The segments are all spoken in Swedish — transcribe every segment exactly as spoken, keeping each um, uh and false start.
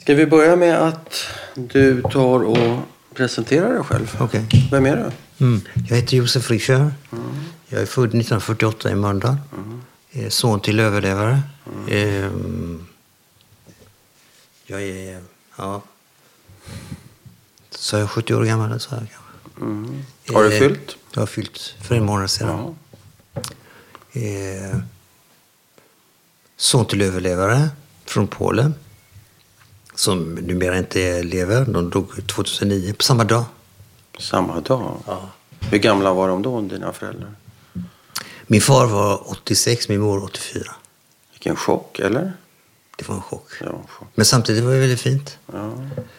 Ska vi börja med att du tar och presenterar dig själv? Okej. Okay. Vem är du? Mm. Jag heter Josef Frischör. Mm. Jag är född nittonhundrafyrtioåtta i Mölndal. Mm. Son till överlevare. Mm. Jag är, ja... Så jag är sjuttio år gammal, så jag kanske. Mm. Har du fyllt? Jag har fyllt för en månad sedan. Ja. Eh, son till överlevare från Polen. Som numera inte lever. De dog tjugohundranio på samma dag. Samma dag? Ja. Hur gamla var de då, dina föräldrar? Min far var åttiosex, min mor åttiofyra. Vilken chock, eller? Det var en chock. Ja, en chock. Men samtidigt var det väldigt fint. Ja.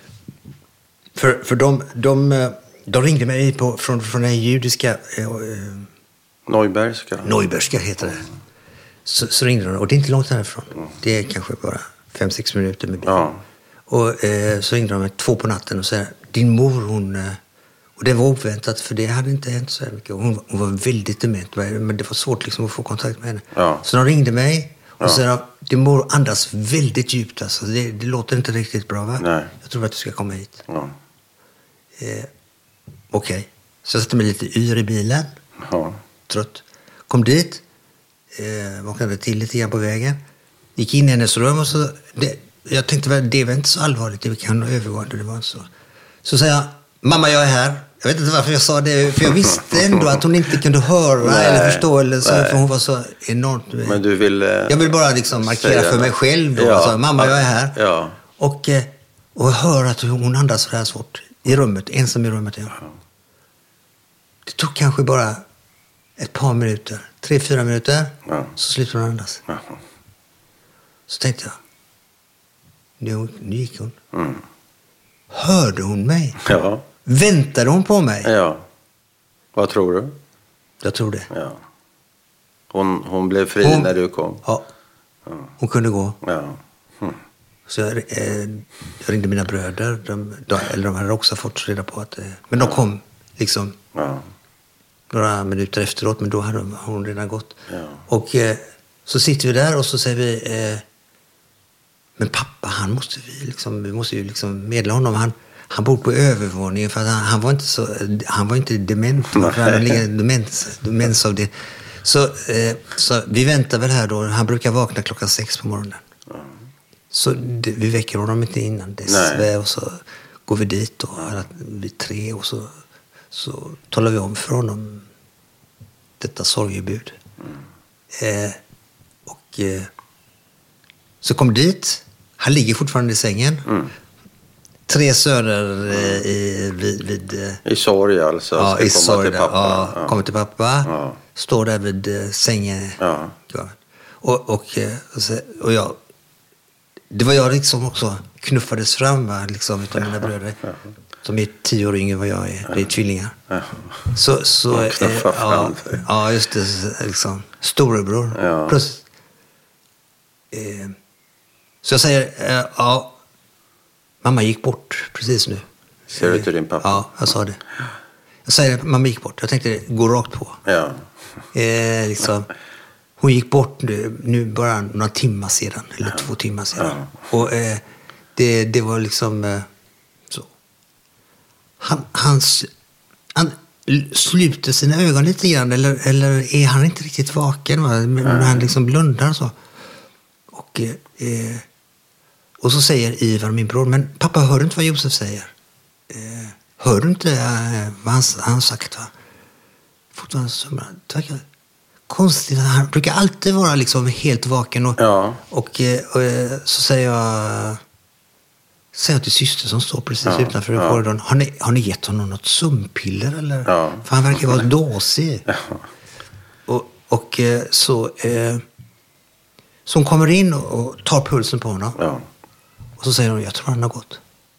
För, för de, de, de ringde mig på, från, från den judiska... Eh, Neubergska. Neubergska heter det. Så, så ringde de, och det är inte långt härifrån. Mm. Det är kanske bara fem sex minuter med bil. Ja. Och eh, så ringde de mig två på natten och sa, din mor, hon... Eh, och det var oväntat, för det hade inte hänt så mycket. Hon, hon var väldigt dement, men det var svårt liksom att få kontakt med henne. Ja. Så de ringde mig och ja. sa, din mor andas väldigt djupt. Alltså. Det, det låter inte riktigt bra, va? Nej. Jag tror att du ska komma hit. Ja. Eh, Okej. Okay. Så jag satte mig lite yr i bilen. Ja. Trött. Kom dit. Eh, vaknade till lite grann på vägen. Gick in i hennes rum och så... Det, jag tänkte, det var inte så allvarligt. Det kan övergående, det var så. Så sa jag, mamma, jag är här. Jag vet inte varför jag sa det. För jag visste ändå att hon inte kunde höra nej, eller förstå. Eller så, för hon var så enormt... Men du vill... Eh, jag vill bara liksom markera för mig själv. Då. Ja. Alltså, mamma, jag är här. Ja. Och, och höra att hon andas så här svårt. I rummet, ensam i rummet. Ja. Det tog kanske bara ett par minuter. Tre, fyra minuter. Ja. Så slutade hon andas. Ja. Så tänkte jag. Nu, nu gick hon. Mm. Hörde hon mig? Ja. Väntade hon på mig? Ja. Vad tror du? Jag tror det. Ja. Hon, hon blev fri hon, när du kom? Ja. ja. Hon kunde gå. Ja. Mm. Så jag, eh, jag ringde mina bröder. De, de, eller de hade också fått reda på att... Eh, men de kom liksom ja. några minuter efteråt. Men då hade hon redan gått. Ja. Och eh, så sitter vi där och så säger vi... Eh, men pappa, han måste vi liksom... Vi måste ju liksom medla honom. Han, han bor på övervåningen för att han, han var inte så... Han var inte dement. För han ligger demens, demens av det. Så, eh, så vi väntar väl här då. Han brukar vakna klockan sex på morgonen. Ja. Så det, vi väcker honom inte innan dess. Och så går vi dit och vid tre och så, så talar vi om för honom detta sorgebud. Mm. Eh, och eh, så kom dit. Han ligger fortfarande i sängen. Mm. Tre söner eh, i, vid, vid... I sorg alltså? Ja, i sorg. Till pappa. Ja, ja. Kommer till pappa. Ja. Står där vid eh, sängen. Ja. Och, och, och, så, och jag... Det var jag liksom också knuffades fram va, liksom, utav mina bröder. Ja. De är tio år yngre än vad jag är. Ja. Det är tvillingar. Ja. Så, så, eh, ja, ja, just det. Liksom, storebror. Ja. Plus, eh, så jag säger, eh, ja, mamma gick bort precis nu. Ser du till din pappa? Ja, jag sa det. Jag säger, mamma gick bort. Jag tänkte, gå rakt på. Ja. Eh, liksom... Hon gick bort nu, nu bara några timmar sedan. Eller ja. två timmar sedan. Ja. Och eh, det, det var liksom eh, så. Han, hans, han sluter sina ögon lite grann. Eller, eller är han inte riktigt vaken? Va? Men ja. han liksom blundar så. Och, eh, och så säger Ivar, min bror, men pappa, hör du inte vad Josef säger? Eh, hör du inte eh, vad han, han sagt? Va? Fortfarande sumrar. Tack. Konstigt, han brukar alltid vara liksom helt vaken och, ja. och, och, och så säger jag säger jag till syster som står precis ja. utanför ja. korridoren, har ni, har ni gett honom något sumpiller eller? Ja. För han verkar vara dåsig. Ja. Och, och så eh, så hon kommer in och, och tar pulsen på honom. Ja. Och så säger hon, jag tror han har gått.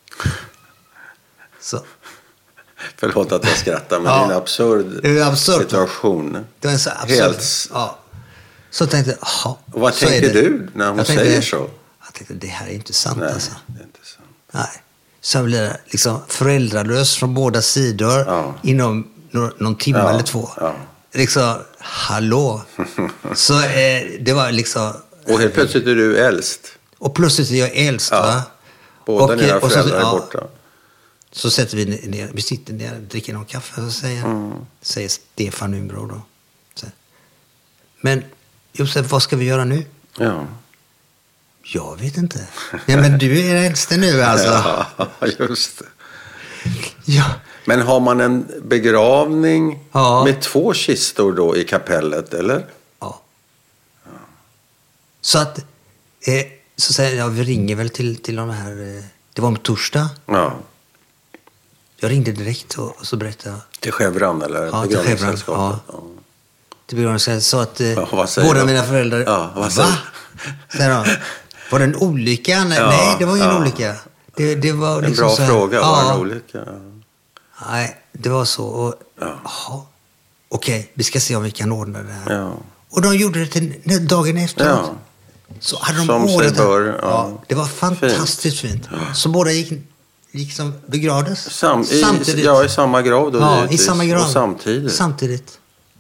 Så Förlåt att jag skrattar, men ja, det är en absurd, det är en absurd situation. Det var en så absurd. Helt... Ja. Så tänkte jag, jaha. Vad tänker du när hon tänkte, säger så? Jag tänkte, det här är inte sant. Nej, alltså. det är inte sant. Nej. Så jag blev liksom föräldralös från båda sidor ja. inom någon timme ja. eller två. Ja. Liksom, hallå. Så eh, det var liksom... Och helt plötsligt är du äldst. Och plötsligt är jag äldst, ja. va? Båda och, dina och föräldrar så, är ja, borta. Så sätter vi ner, vi sitter ner, dricker någon kaffe och så säger, mm. säger Stefan, min bror då. Så, men Josef, vad ska vi göra nu? Ja. Jag vet inte. Ja, men du är den äldste nu alltså. Ja, just det. Ja. Men har man en begravning ja. med två kistor då i kapellet, eller? Ja. ja. Så att, eh, så säger jag, vi ringer väl till, till de här, eh, det var om torsdag. Ja. Jag ringde direkt och, och så berättade jag. Till Chevron eller ja, begravningssällskapet? Ja. ja. Till begravningssällskapet. Så att eh, ja, båda de? mina föräldrar, ja, vad säger va? Säger de. Var det en olycka? Ja, nej, det var ingen ja. olycka. Det, det var en liksom bra så här, fråga, ja. var det en olycka? Nej, det var så. Och, ja. Aha, okej, vi ska se om vi kan ordna det här. Ja. Och de gjorde det till dagen efter. Ja. Så hade de som sig bör. Ja. Ja, det var fantastiskt fint. fint. Ja. Så båda gick liksom begravdes. Sam, i, samtidigt. Ja, i samma grav då. Ja, i samma grav. Och samtidigt. Samtidigt.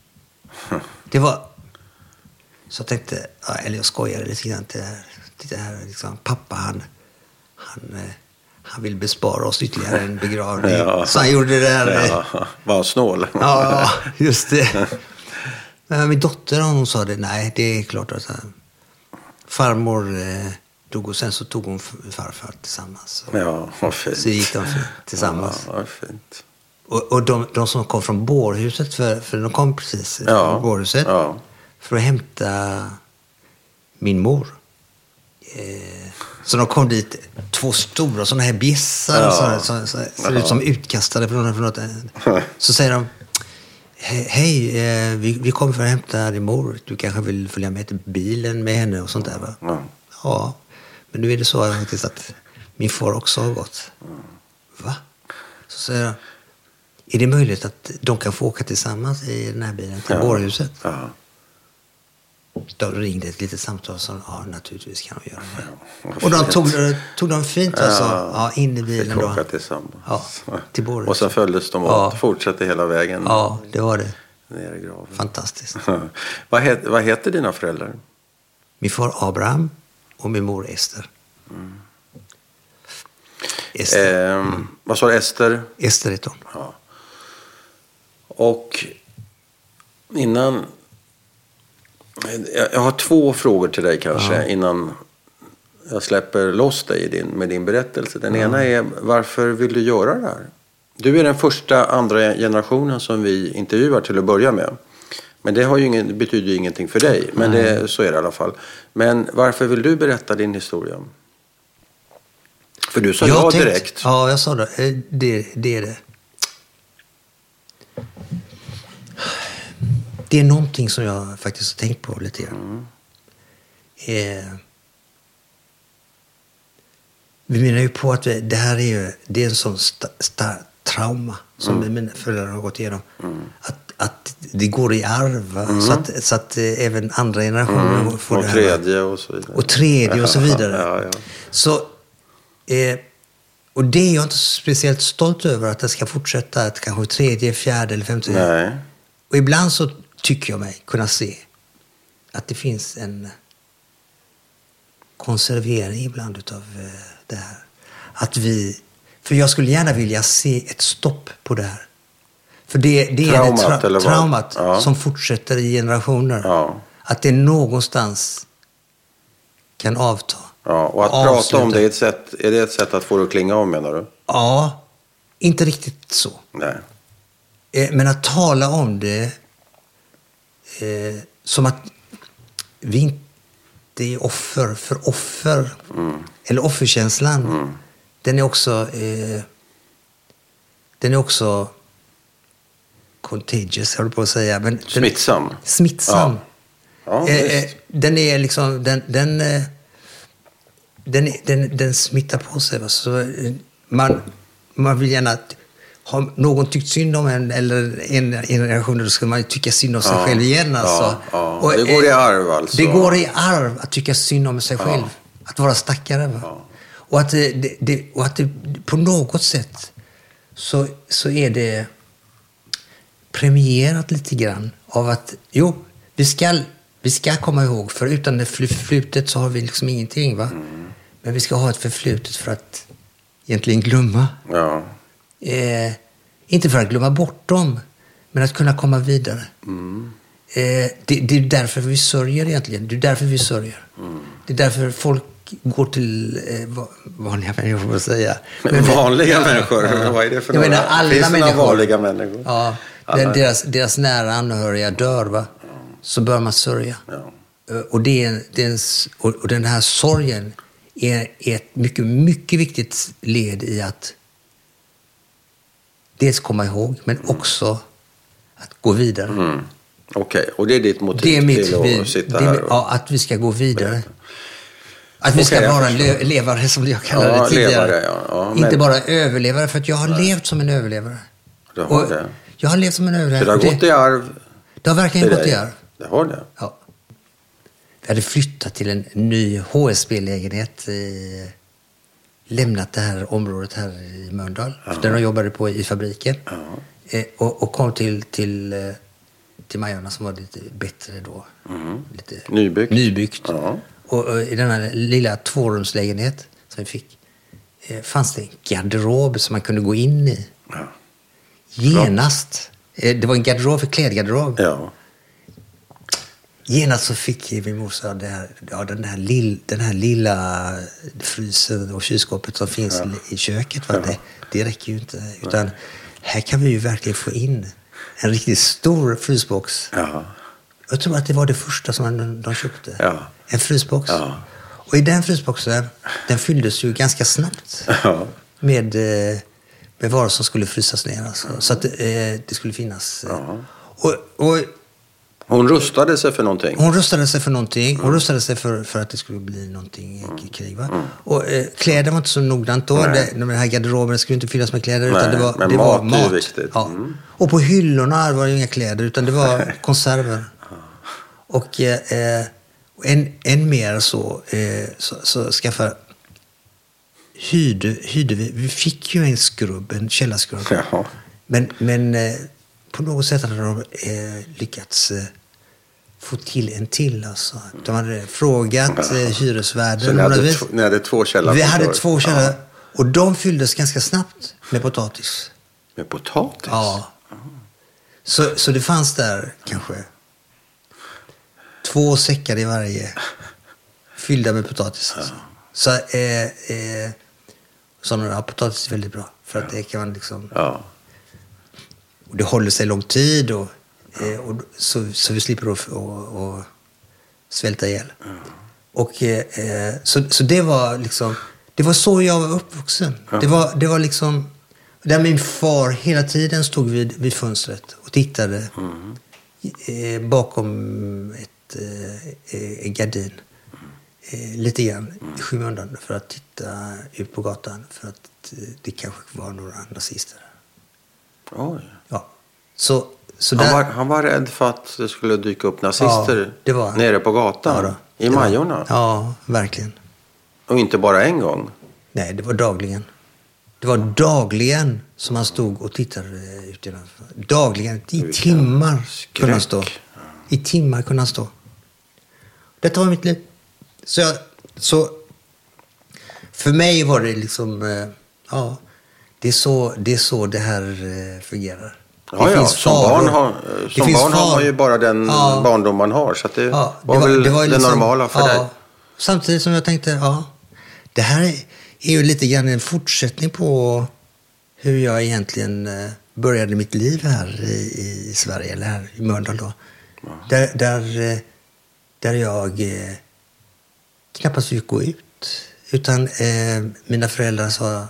Det var... Så jag tänkte, eller jag skojade lite grann till det här. Till det här liksom, pappa, han, han, han vill bespara oss ytterligare en begravning. Ja. Så han gjorde det där. Ja, var snål. Ja, just det. Men min dotter, hon sa det, nej, det är klart att farmor eh, dog och sen så tog hon farfar tillsammans. Och, ja, vad fint. Så gick de tillsammans. Ja, vad fint. Och, och de, de som kom från bårhuset, för, för de kom precis ja. från bårhuset, ja. för att hämta min mor. Eh, så de kom dit, två stora sådana här bjässar, ja. som så, så, ser ut som utkastade från något. Så säger de, hej, eh, vi, vi kommer för att hämta din mor. Du kanske vill följa med till bilen med henne och sånt där, va? Ja. Ja, men nu är det så faktiskt att min far också har gått. Mm. Va? Så säger jag, är det möjligt att de kan få åka tillsammans i den här bilen till ja. bårhuset? Ja. Då ringde ett litet samtal som, ja, naturligtvis kan de göra det. Ja, och de tog, tog de fint och så, ja, ja, in i bilen då. Åka tillsammans. Ja, till bårhuset. Och så följdes de ja. och fortsatte hela vägen. Ja, det var det. Ner i graven. Fantastiskt. vad, het, vad heter dina föräldrar? Min far Abraham och min mor Ester. Mm. Ester. Eh, mm. Vad sa du, Ester? Ester heter hon. Ja. Och innan... Jag har två frågor till dig kanske, ja. innan jag släpper loss dig din, med din berättelse. Den ja. ena är, varför vill du göra det här? Du är den första andra generationen som vi intervjuar till att börja med. Men det har ju ingen, betyder ju ingenting för dig. Men det, så är det i alla fall. Men varför vill du berätta din historia? För du sa ja tänkt, direkt. Ja, jag sa det. Det, det är det. Det är någonting som jag faktiskt har tänkt på lite grann. Mm. Eh, vi menar ju på att vi, det här är ju det är en sån stark trauma som mm. mina föräldrar har gått igenom. Mm. Att, att det går i arv. Mm. Så, att, så att eh, även andra generationer mm. får och det här. Tredje och så vidare. Och tredje och så vidare. Ja, ja. Så, eh, och det är jag inte speciellt stolt över, att det ska fortsätta att kanske tredje, fjärde eller femte. Nej. Och ibland så tycker jag mig kunna se att det finns en konservering ibland utav det här. Att vi, för jag skulle gärna vilja se ett stopp på det här. För det, det traumat, är det tra- eller vad? traumat Ja. som fortsätter i generationer. Ja. Att det någonstans kan avta. Ja, och att prata om det är ett sätt, är det ett sätt att få det att klinga av, menar du? Ja, inte riktigt så. Nej. Men att tala om det eh, som att vi inte är offer för offer. Mm. Eller offerkänslan. Mm. Den är också eh, den är också contagious, jag håller på att säga. Men den, smittsam. Smittsam. Ja. Ja, eh, den är liksom den, den, eh, den, den, den smittar på sig. Va? Så, eh, man, man vill gärna att har någon tyckt synd om en eller en generation, då ska man tycka synd om sig ja, själv igen. Alltså. Ja, ja. Och, det går i arv alltså. Det går i arv att tycka synd om sig själv. Ja. Att vara stackare. Va? Ja. Och, att det, det, och att det på något sätt så, så är det premierat lite grann av att jo, vi ska, vi ska komma ihåg, för utan det förflutet så har vi liksom ingenting. Va? Mm. Men vi ska ha ett förflutet för att egentligen glömma. Ja. Eh, inte för att glömma bort dem, men att kunna komma vidare. Mm. Eh, det, det är därför vi sörjer egentligen. Det är därför vi sörjer. Mm. Det är därför folk går till eh, vanliga människor, får säga. Men, vanliga ja, människor? Ja. Vad är det för jag några? Menar, alla Finns det människor, några vanliga människor? Ja, alla. Deras, deras nära anhöriga dör, va? Ja. Så bör man sörja. Ja. Och, det är, det är en, och den här sorgen är ett mycket, mycket viktigt led i att dels komma ihåg, men också att gå vidare. Mm. Okej, okay. Och det är ditt motiv det är mitt, till att vi, sitta det är, här? Och... Ja, att vi ska gå vidare. Att vi okay, ska vara le- levare, som jag kallade ja, det tidigare. Levare, ja. Ja, Inte men... bara överlevare, för att jag har Nej. levt som en överlevare. Du har det? Jag har levt som en överlevare. Så det har gått det, i arv? Det har verkligen gått i arv. Det har det? Ja. Vi hade flyttat till en ny H S B-lägenhet. I, lämnat det här området här i Mölndal. Ja. Där jag jobbade på i fabriken. Ja. Eh, och, och kom till, till, till Majorna som var lite bättre då. Mm. Lite nybyggt. nybyggt. Ja. Och, och i denna lilla tvårumslägenhet som vi fick eh, fanns det en garderob som man kunde gå in i. Ja. Genast. Eh, det var en garderob för klädgarderob. Ja. Genast så fick min morsa det här, ja, den, här lill, den här lilla frysen och kylskåpet som finns ja. i köket. Va? Ja. Det, det räcker ju inte. Utan här kan vi ju verkligen få in en riktigt stor frysbox. Ja. Jag tror att det var det första som de, de köpte. Ja. En frysbox. Ja. Och i den frysboxen, den fylldes ju ganska snabbt ja. med, med varor som skulle frysas ner. Alltså. Så att det, det skulle finnas. Ja. Och... och Hon rustade sig för någonting. Hon rustade sig för någonting. Hon rustade sig för, för att det skulle bli någonting i krig. Va? Mm. Och eh, kläder var inte så noggrant då. Det, den här garderoben skulle inte fyllas med kläder. Nej, utan det var, men det mat, var mat. är viktigt. Ja. Mm. Och på hyllorna var det inga kläder. Utan det var konserver. Och eh, en, en mer så, eh, så, så skaffa... Hyrde, hyrde vi. Vi fick ju en skrubb, en källarskrubb. Ja. Men... men eh, på något sätt hade de eh, lyckats eh, få till en till. Alltså. De hade frågat ja. eh, hyresvärden. Så ni hade, t- ni hade två källare? Vi hade två källare. Ja. Och de fylldes ganska snabbt med potatis. Med potatis? Ja. ja. Så, så det fanns där kanske två säckar i varje fyllda med potatis. Alltså. Ja. Så eh, eh, sådana potatis är väldigt bra. För att ja. det kan man liksom... Ja. Och det håller sig lång tid och, eh, och så, så vi slipper att och, och svälta ihjäl. Mm. Och eh, så, så det var liksom det var så jag var uppvuxen. Mm. Det var det var liksom där min far hela tiden stod vid vid fönstret och tittade mm. eh, bakom ett eh, en gardin. Eh, lite grann mm. i skymundan för att titta ut på gatan för att eh, det kanske var några nazister. Oj. Ja. Så, så han, där... var, han var rädd för att det skulle dyka upp nazister ja, det var... nere på gatan ja, i Majorna. Var... Ja, verkligen. Och inte bara en gång? Nej, det var dagligen. Det var dagligen som han stod och tittade ut genom. Dagligen, i Vilken timmar skräck. Kunde han stå. I timmar kunde han stå. Detta var mitt liv. Så, jag, så för mig var det liksom, ja... Det är, så, det är så det här eh, fungerar. Ja, ja. Som barn, har, som barn har man ju bara den ja. barndom man har. Så att det, ja, det var, var väl det, var liksom, det normala för ja. dig. Samtidigt som jag tänkte, ja, det här är, är ju lite grann en fortsättning på hur jag egentligen eh, började mitt liv här i, i Sverige, eller här i Mölndal då. Ja. Där, där, eh, där jag eh, knappast fick gå ut. Utan eh, mina föräldrar sa...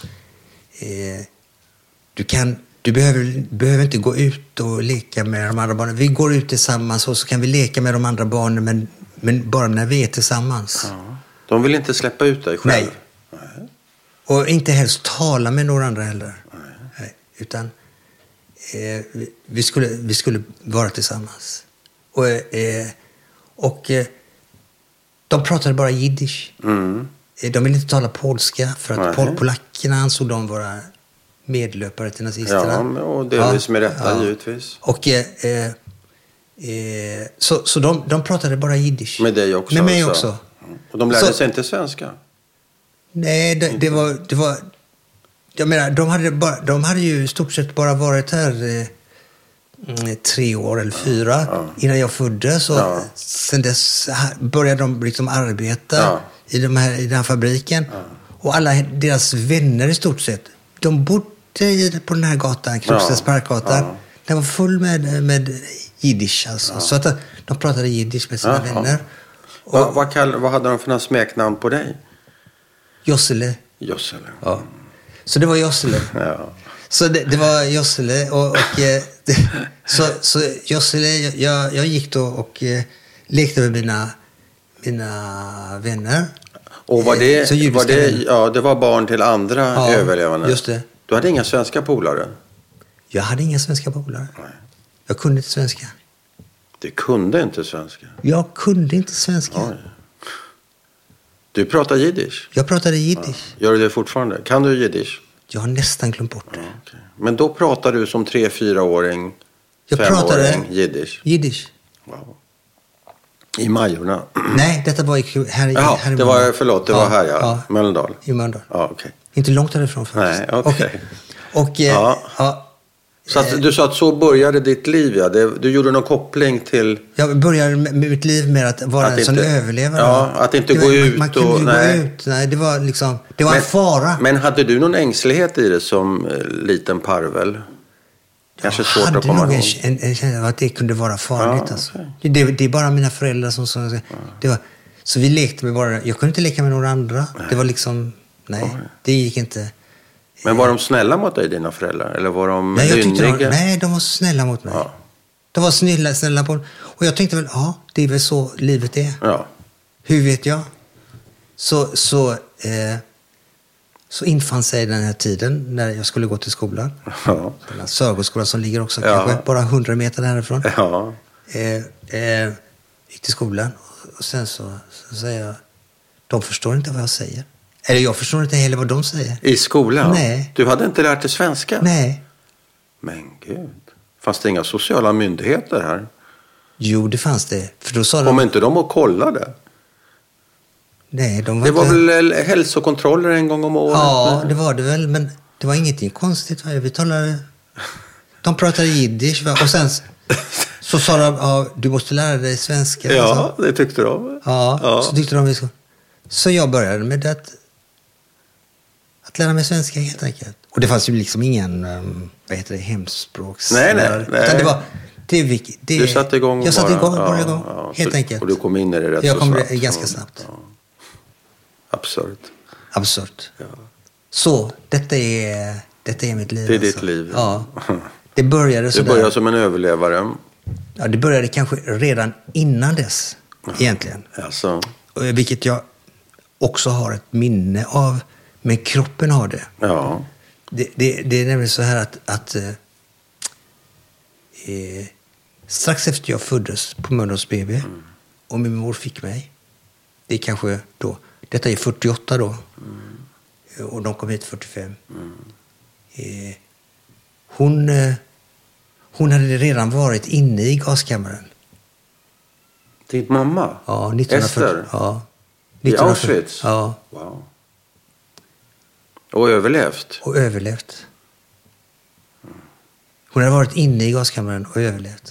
Eh, du kan du behöver, behöver inte gå ut och leka med de andra barnen. Vi går ut tillsammans och så kan vi leka med de andra barnen men, men bara när vi är tillsammans. Ja. De vill inte släppa ut dig själv? Nej. Nej. Och inte helst tala med några andra heller. Nej. Nej. Utan eh, vi, vi, skulle, vi skulle vara tillsammans. Och, eh, och eh, de pratade bara jiddisch. Mm. De ville inte tala polska för att pol- polackerna ansåg de vara medlöpare till nazisterna. Ja, och delvis ja, med rätta ja. givetvis. Och eh, eh, så, så de, de pratade bara jiddisch. Med dig också? Med mig alltså. också. Och de lärde så, sig inte svenska? Nej, det, det, var, det, var, Jag menar, de hade, bara, de hade ju i stort sett bara varit här eh, tre år eller fyra ja. innan jag föddes. Och ja. sen dess började de liksom arbeta ja. i, de här, i den här fabriken. Ja. Och alla deras vänner i stort sett, de bodde på den här gatan, Krokstedts parkgatan. Ja. Den var full med, med jiddisch alltså. Ja. Så att de pratade jiddisch med sina ja. vänner. Och, vad, vad, kall, vad hade de för några smeknamn på dig? Jossele. Jossele. Ja. Så det var Jossele. Ja. Så det, det var Jossele. Och, och, det, så, så Jossele, jag, jag gick då och eh, lekte med mina, mina vänner. Och var det, var det, ja, det var barn till andra ja, överlevande? Just det. Du hade inga svenska polare? Jag hade inga svenska polare. Nej. Jag kunde inte svenska. Du kunde inte svenska? Jag kunde inte svenska. Oj. Du pratar jiddisch? Jag pratade jiddisch. Ja. Gör du det fortfarande? Kan du jiddisch? Jag har nästan glömt bort det. Ja, okay. Men då pratar du som tre, fyraåring, jag pratade jiddisch? Jiddisch. Wow. I Majorna? Nej, detta var i, här, Jaha, här i det var, förlåt, det ja, var här, ja. ja. Mölndal? I Mölndal. Ja, okay. Inte långt därifrån faktiskt. Nej, okej. Okay. Och, ja. ja. Så att, du sa att så började ditt liv, ja. Det, du gjorde någon koppling till... Jag började med mitt liv med att vara att en sån överlevare. Ja, att inte det gå var, ut. Man, man kunde och, gå nej. ut. Nej, det var liksom... Det var men, en fara. Men hade du någon ängslighet i det som eh, liten parvel? Kanske jag svårt att komma ihåg. Jag hade en känsla av att det kunde vara farligt. Ja, alltså. okay. det, det är bara mina föräldrar som... som ja. det var, så vi lekte med bara... Jag kunde inte leka med några andra. Nej. Det var liksom... Nej, Oj. det gick inte... Men var de snälla mot dig, dina föräldrar? Eller var de nej, jag tyckte de, nej, de var snälla mot mig. Ja. De var snälla, snälla på och jag tänkte väl, ja, det är väl så livet är. Ja. Hur vet jag? Så, så, eh, så infann sig den här tiden när jag skulle gå till skolan. Ja. Sörgårdsskolan som ligger också ja. kanske bara hundra meter därifrån. Ja. Eh, eh, gick till skolan och sen så, så säger jag, de förstår inte vad jag säger. Eller jag förstår inte heller vad de säger. I skolan? Nej. Du hade inte lärt dig svenska? Nej. Men gud. Fanns det inga sociala myndigheter här? Jo, det fanns det. För då sa Kom de... inte de och kollade? Nej, de var Det var inte... väl hälsokontroller en gång om året? Ja, det var det väl. Men det var ingenting konstigt. Vi talade... De pratade jiddisch. Va? Och sen så sa de, ja, du måste lära dig svenska. Ja, det tyckte de. Ja, ja. Så tyckte de vi skulle... Så jag började med att... Att lära mig svenska helt enkelt. Och det fanns ju liksom ingen, um, vad heter det, hemspråks... Nej, nej, nej. Utan det var, det, det, det, du satte igång Jag satte igång, bara, bara igång, ja, helt så, enkelt. Och du kom in i det rätt jag så kom snabbt. ganska snabbt. Ja. Absurt. Absurt. Ja. Så, detta är, detta är mitt liv. Det är alltså. ditt liv. Ja. Det började så Du började som en överlevare. Ja, det började kanske redan innan dess, ja. egentligen. Alltså. Vilket jag också har ett minne av. Men kroppen har det. Ja. Det, det, det är nämligen så här att, att eh, strax efter jag föddes på Mölndals B B mm. och min mor fick mig. Det är kanske då, detta är fyrtioåtta då. Mm. Och de kom hit fyrtiofem. Mm. Eh, hon, eh, hon hade redan varit inne i gaskammaren. Din mamma? Ja, nittonhundrafyrtio. Ester? Ja. I Auschwitz? Ja. Wow. Och överlevt? Och överlevt. Hon hade varit inne i gaskammaren och överlevt.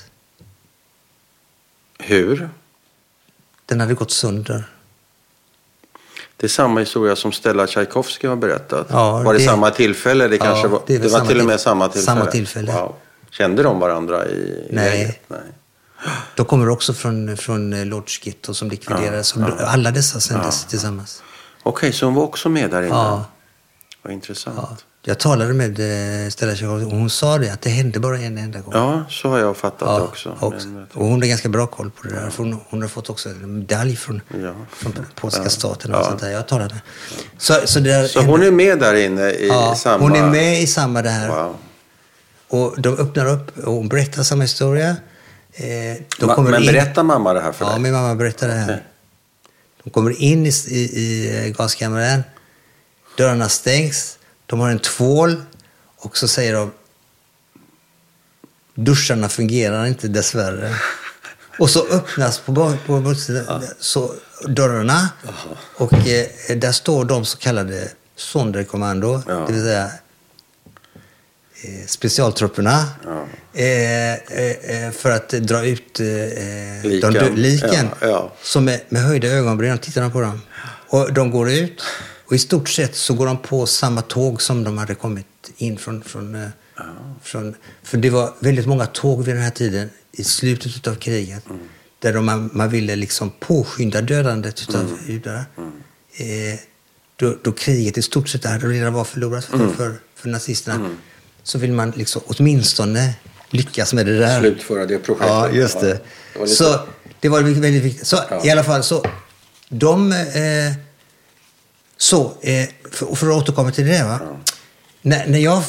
Hur? Den hade gått sönder. Det är samma historia som Stella Tchaikovsky har berättat. Ja, var det, det samma tillfälle? Det, kanske ja, var, det, det var till och med samma tillfälle. Samma tillfälle. Wow. Kände de varandra i Nej. läget? Nej. De kommer också från, från Lodz Ghetto som likviderades. Ja, ja. Alla dessa sändes ja, tillsammans. Okej, okay, så hon var också med där inne? Ja. Vad intressant. Ja. Jag talade med Stella Tchaikovsky och hon sa det att det hände bara en enda gång. Ja, så har jag fattat ja, det också. också. Men, och hon har ganska bra koll på det där. För hon, hon har fått också en medalj från, ja. från polska ja. staten och ja. sånt där. Jag talade. Så, så, det där så hon är med där inne i ja, samma... hon är med i samma där. Wow. Och de öppnar upp och hon berättar samma historia. Eh, de Ma- men in... berättar mamma det här för ja, dig? Ja, min mamma berättar det här. Okay. De kommer in i, i, i gaskammaren. Dörrarna stängs. De har en tvål. Och så säger de: duscharna fungerar inte dessvärre. Och så öppnas på, på, på ja. så dörrarna. Aha. Och eh, där står de så kallade Sonderkommando. Ja. Det vill säga eh, specialtrupperna ja. eh, eh, för att dra ut eh, liken, de dö- liken ja, ja. som med, med höjda ögonbryn tittar de på dem. Och de går ut och i stort sett så går de på samma tåg som de hade kommit in från... från, eh, ja. från för det var väldigt många tåg vid den här tiden i slutet av kriget mm. där de, man, man ville liksom påskynda dödandet av mm. judar. Mm. Eh, då, då kriget i stort sett hade redan var förlorat för, mm. för, för nazisterna mm. så vill man liksom åtminstone lyckas med det där. Slutföra det projektet. Ja, just det. Ja, det var så det var väldigt viktigt. Så ja. I alla fall så de eh, så eh, för, för att återkomma till det va. Ja. När, när jag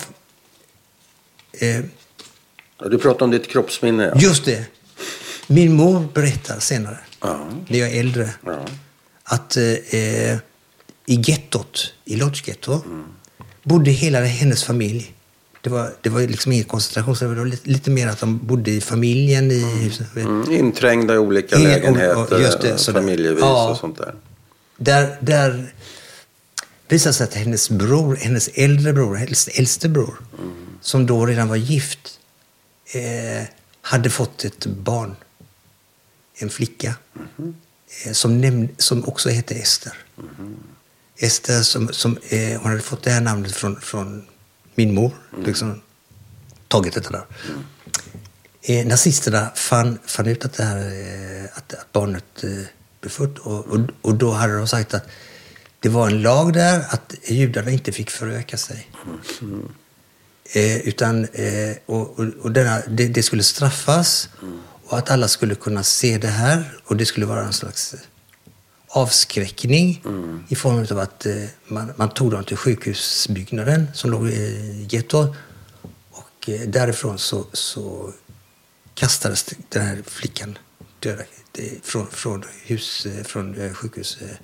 eh, ja, du pratar om ditt kroppsminne. Ja. Just det. Min mor berättar senare ja. när jag är äldre ja. att eh, i gettot, i Lodz-getto mm. bodde hela hennes familj. Det var, det var liksom ingen koncentration, så det var lite, lite mer att de bodde i familjen i huset. Mm. Inträngda i olika In, lägenheter, och, just det, familjevis ja, och sånt där. Där, där visade sig att hennes bror, hennes äldre bror, hennes äldste bror, mm. som då redan var gift, eh, hade fått ett barn. En flicka. Mm. Eh, som, näm- som också hette Ester. Mm. Ester som, som eh, hon hade fått det här namnet från, från min mor. Mm. Liksom, tagit det där. Mm. Eh, nazisterna fann, fann ut att, det här, eh, att, att barnet eh, blev fött. Och, och, och då hade de sagt att det var en lag där att judarna inte fick föröka sig. Mm. Eh, utan, eh, och, och, och denna, det, det skulle straffas. Mm. Och att alla skulle kunna se det här. Och det skulle vara en slags avskräckning. Mm. I form av att eh, man, man tog dem till sjukhusbyggnaden som låg i gettot. Och eh, därifrån så, så kastades den här flickan döda från, från, hus, från eh, sjukhus, eh,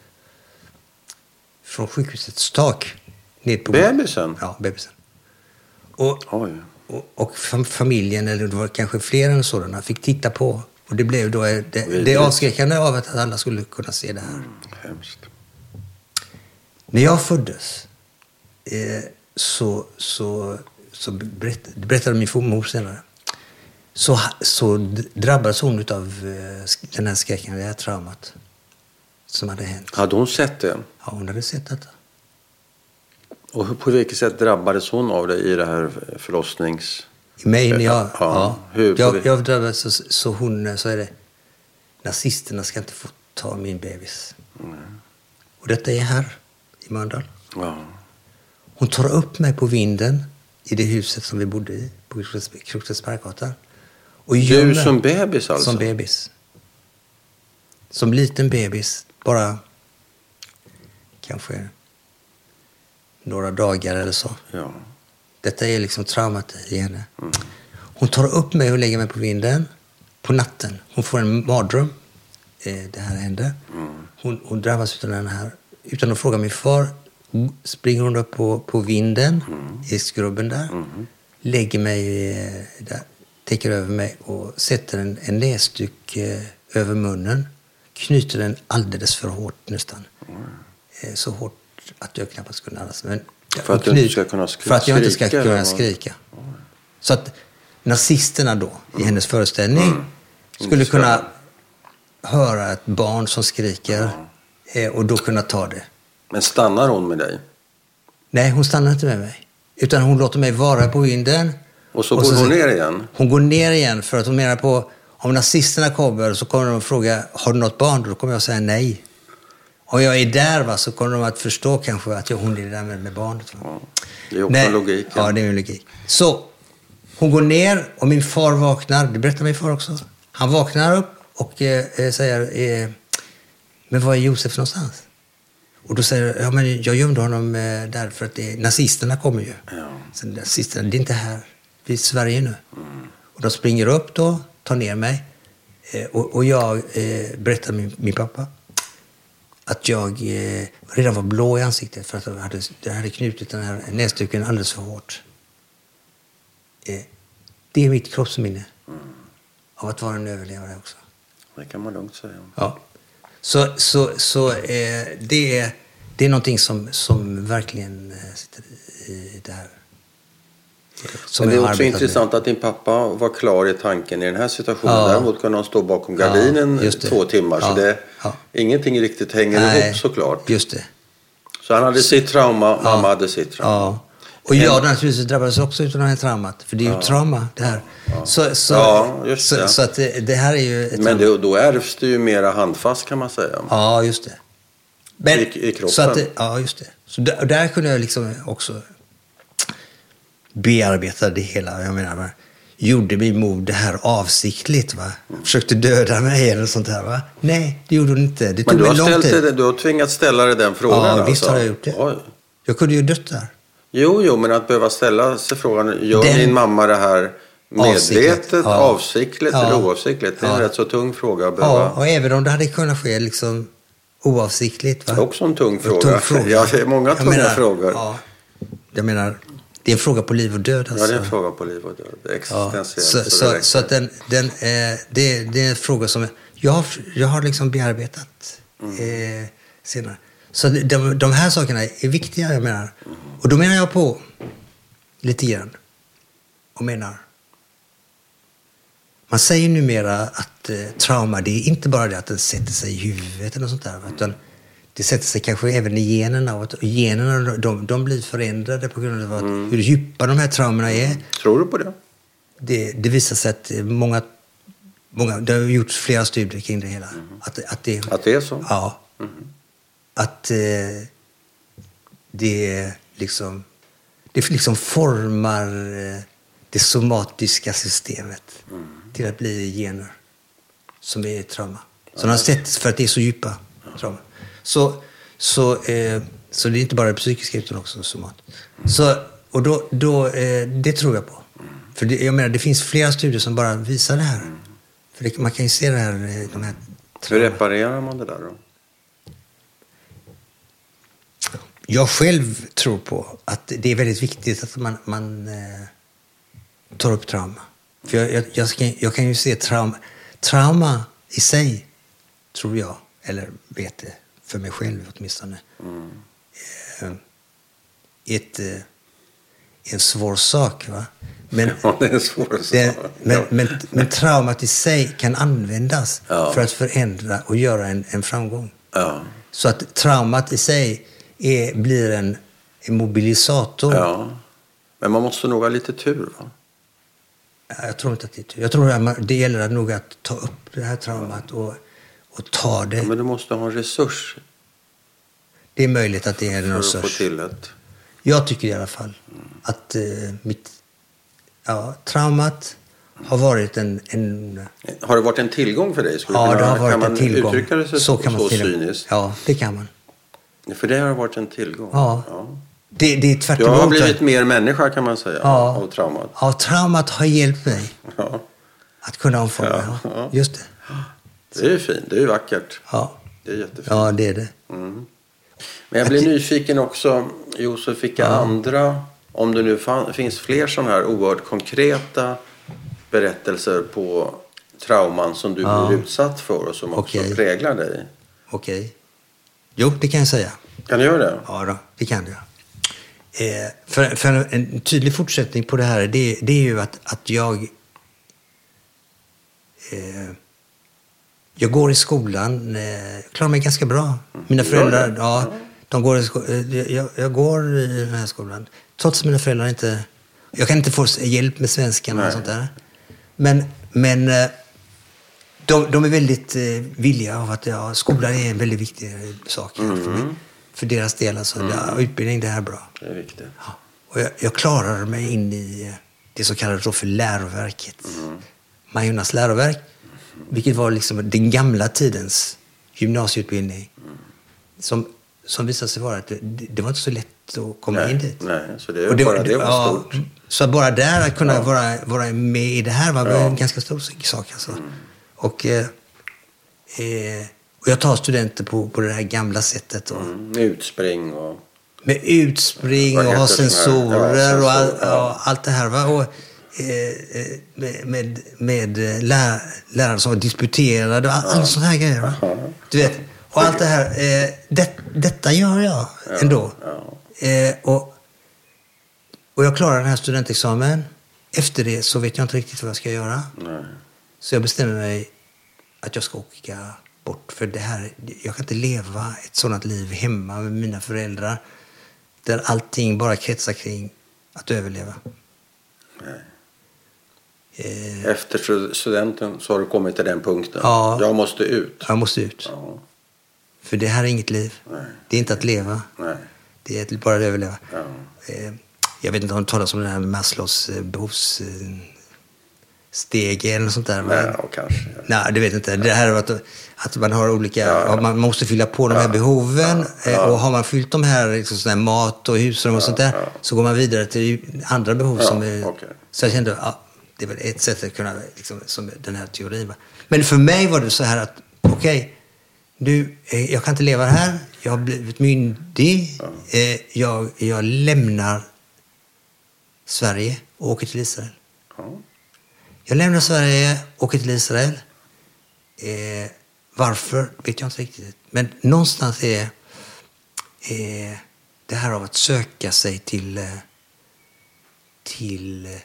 från sjukhusets tak. Ned på bebisen? Ja, bebisen. Och, Oj. och, och familjen, eller det var kanske fler än sådana, fick titta på. Och det blev då det, det avskräckande av att alla skulle kunna se det här. Mm, hemskt. När jag föddes eh, så, så, så berätt, berättade min mor senare. Så, så drabbades hon av eh, den här skräcken, det här traumat som hade hänt. Hade hon sett det? Ja, hon hade sett detta. Och på vilket sätt drabbades hon av det i det här förlossnings... I mig, när jag... Ja, ja. Hur, jag, jag drabbades så, så hon, så är det... Nazisterna ska inte få ta min bebis. Mm. Och detta är här i Mölndal. Ja. Hon tar upp mig på vinden i det huset som vi bodde i, på Krukstensparkgatan. Och du som bebis alltså? Som bebis. Som liten bebis, bara kanske några dagar eller så. Ja. Detta är liksom traumat i henne. Mm. Hon tar upp mig och lägger mig på vinden på natten. Hon får en mardröm. Eh, det här händer. Mm. Hon, hon drabbas av den här. Utan att fråga min far springer hon upp på, på vinden mm. i skrubben där. Mm. Lägger mig eh, där. Täcker över mig och sätter en, en näsduk eh, över munnen. Knyter den alldeles för hårt nästan. Mm. Eh, så hårt att jag knappast kunde andas. Men för att, du inte ska kunna skrika, för att jag inte ska kunna skrika. Mm. Så att nazisterna då, i mm. hennes föreställning, mm. skulle kunna höra ett barn som skriker mm. och då kunna ta det. Men stannar hon med dig? Nej, hon stannar inte med mig. Utan hon låter mig vara på vinden. Och så går och så, hon ner igen? Hon går ner igen för att hon menar på, om nazisterna kommer så kommer de att fråga, har du något barn? Då kommer jag att säga nej. Om jag är där va, så kommer de att förstå kanske att jag, hon är där med, med barnet. Ja, det är också nej, logik. Ja. ja, det är en logik. Så hon går ner och min far vaknar. Det berättar min far också. Han vaknar upp och eh, säger, eh, men var är Josef någonstans? Och då säger ja men jag gömde honom eh, där för att det, nazisterna kommer ju. Ja. Så nazisterna, det är inte här. Vi är i Sverige nu. Mm. Och de springer upp då, tar ner mig. Eh, och, och jag eh, berättar min, min pappa att jag eh, redan var blå i ansiktet för att jag hade, jag hade knutit den här näsduken alldeles för hårt. Eh, det är mitt kroppsminne mm. av att vara en överlevare också. Det kan man lugnt säga. Ja. Så, så, så eh, det, är, det är någonting som, som verkligen eh, sitter i det här. som Men det jag är också intressant med. Att din pappa var klar i tanken i den här situationen. Ja. Däremot kunde han stå bakom gardinen ja, två timmar. Ja. Så det, ja. ingenting riktigt hänger Nej, ihop såklart. Just det. Så han hade så, sitt trauma, ja. mamma hade sitt trauma. Ja. Och jag naturligtvis drabbades också av det här traumat. För det är ju ja. trauma det här. Ja. Så, så, ja, just det. Så, så att det, det här är ju... Ett Men det, då ärvs det ju mera handfast kan man säga. Ja, just det. Men, I, i kroppen. Så att det, ja, just det. Så där, där kunde jag liksom också bearbeta det hela. Jag menar, va? Gjorde min mor det här avsiktligt, va? Mm. Försökte döda mig eller sånt här, va? Nej, det gjorde hon inte. Det tog Men du mig har, lång tid. Det, du har tvingats ställa dig den frågan. Ja, alltså. Visst har jag gjort det. Oj. Jag kunde ju dött där. Jo, jo, men att behöva ställa sig frågan, gör den... din mamma det här medvetet, avsiktligt, ja. avsiktligt ja. eller oavsiktligt? Det är ja. en rätt så tung fråga att behöva. Ja, och även om det hade kunnat ske liksom oavsiktligt, va? Det är också en tung fråga. Tung fråga. Ja, det är många jag tunga menar, frågor. Ja. Jag menar, det är en fråga på liv och död. Alltså. Ja, det är en fråga på liv och död. Det är existentiellt. Ja. Så, så, så, så att den, den, eh, det, det är en fråga som jag har, jag har liksom bearbetat mm. eh, senare. Så de, de här sakerna är viktiga, jag menar. Mm. Och då menar jag på lite grann. Och menar. Man säger numera att eh, trauma, det är inte bara det att den sätter sig i huvudet eller sånt där. Utan det sätter sig kanske även i generna. Och generna, de, de blir förändrade på grund av att, mm. hur djupa de här traumorna är. Tror du på det? Det, det visar sig att många, många, det har gjorts flera studier kring det hela. Mm. Att, att, det, att det är så? Ja. Mm. Att eh, det liksom det liksom formar eh, det somatiska systemet mm. till att bli gener som är trauma. Så de har sett för att det är så djupa ja. trauma. Så, så, eh, så det är inte bara det psykiska utan också somat. Mm. Så, och då, då, eh, det tror jag på. Mm. För det, jag menar, det finns flera studier som bara visar det här. Mm. För det, man kan ju se det här, de här Hur reparerar man det där då? Jag själv tror på att det är väldigt viktigt att man, man eh, tar upp trauma. För jag, jag, jag, ska, jag kan ju se trauma. Trauma i sig, tror jag, eller vet det för mig själv åtminstone, mm. eh, ett, eh, en svår sak. Va? Men, ja, det är en svår sak. Det, men, men, men traumat i sig kan användas ja. för att förändra och göra en, en framgång. Ja. Så att traumat i sig är, blir en, en mobilisator. Ja, men man måste nog ha lite tur, va? Jag tror inte att det är tur. Jag tror att man, det gäller att nog att ta upp det här traumat och, och ta det. Ja, men du måste ha en resurs. Det är möjligt att det är en resurs. För att få till ett. Jag tycker i alla fall mm. att eh, mitt ja, traumat har varit en, en... Har det varit en tillgång för dig? Skulle ja, kunna, det har varit kan man en tillgång. Uttrycka det så, så, kan man så till... cyniskt? Ja, det kan man. För det har varit en tillgång. Ja. ja. Det, det är tvärtom. Jag har blivit mer människa kan man säga ja. av traumat. Ja, traumat har hjälpt mig ja. att kunna omforma. Ja. Ja. Just det. Det är ju fint, det är ju vackert. Ja. Det är jättefint. Ja, det är det. Mm. Men jag blir att... nyfiken också, Josef, vilka ja. andra, om det nu fann, finns fler sådana här oerhört konkreta berättelser på trauman som du ja. blir utsatt för och som också okay. präglar dig. Okej. Okay. Jo, det kan jag säga. Kan du göra det? Ja, då, det kan jag. Eh, för, för en tydlig fortsättning på det här, det, det är ju att, att jag eh, jag går i skolan, eh, klarar mig ganska bra. Mina föräldrar, ja, de går i sko- jag, jag går i den här skolan. Trots att mina föräldrar inte, jag kan inte få hjälp med svenskan och sånt där. Men, men de, de är väldigt villiga av att ja, skolan är en väldigt viktig sak mm. för mig. För deras del, alltså. Mm. Ja, utbildning, det är bra. Det är viktigt. Ja. Och jag, jag klarar mig in i det som kallas för läroverket. Mm. Majornas läroverk. Mm. Vilket var liksom den gamla tidens gymnasieutbildning. Mm. Som, som visade sig vara att det, det var inte så lätt att komma nej, in dit. Nej, så det, och det, bara, det var ja, stort. Så bara där att kunna ja. vara, vara med i det här var ja. en ganska stor sak. Alltså. Mm. Och... Eh, eh, Och jag tar studenter på, på det här gamla sättet. Och, mm, med utspring och... Med utspring och ha sensorer ja, och, all, ja. och allt det här. Va? Och, eh, med med, med lär, lärare som var disputerade och all, ja. all sån här grejer. Va? Ja. Du vet, och allt det här. Eh, det, detta gör jag ja. ändå. Ja. Eh, och Och jag klarar den här studentexamen. Efter det så vet jag inte riktigt vad jag ska göra. Nej. Så jag bestämmer mig att jag ska åka bort. För det här, jag kan inte leva ett sådant liv hemma med mina föräldrar. Där allting bara kretsar kring att överleva. Nej. Eh. Efter studenten så har du kommit till den punkten. Ja, jag måste ut. Jag måste ut. Ja. För det här är inget liv. Nej. Det är inte att leva. Nej. Det är bara att överleva. Ja. Eh, jag vet inte om du talar om den här Maslows eh, behovsstege eller något sånt där. Nej, ja, kanske. Nej, det vet inte. Ja. Det här är att, att man har olika... Ja. Man måste fylla på de här ja. behoven. Ja. Ja. Och har man fyllt de här, liksom, sån här mat och husrum och ja. sånt där, ja. så går man vidare till andra behov. Ja. Som är, okay. Så jag kände, ja, det är väl ett sätt att kunna, liksom, som den här teorin. Men för mig var det så här att, okej, okay, du, jag kan inte leva här. Jag har blivit myndig. Ja. Jag, jag lämnar Sverige och åker till Israel. Ja. Jag lämnar Sverige och åker till Israel. Eh, varför vet jag inte riktigt. Men någonstans är eh, det här av att söka sig till eh, till eh,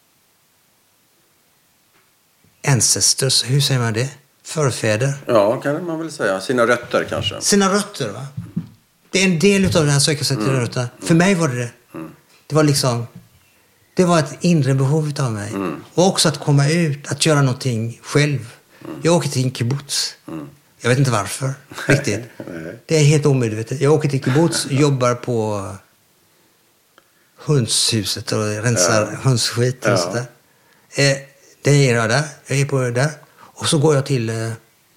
ancestors. Hur säger man det? Förfäder. Ja, kan man väl säga. Sina rötter kanske. Sina rötter, va? Det är en del av det här söka sig till mm. rötter. För mig var det det. Mm. Det var liksom... Det var ett inre behov av mig. Mm. Och också att komma ut, att göra någonting själv. Mm. Jag åker till en kibbutz. Mm. Jag vet inte varför, riktigt. Det är helt omedvetet. Jag åker till kibbutz, jobbar på hönshuset och rensar ja. hönsskit och ja. sådär. Eh, det är jag där. Jag är på det där. Och så går jag till... Eh,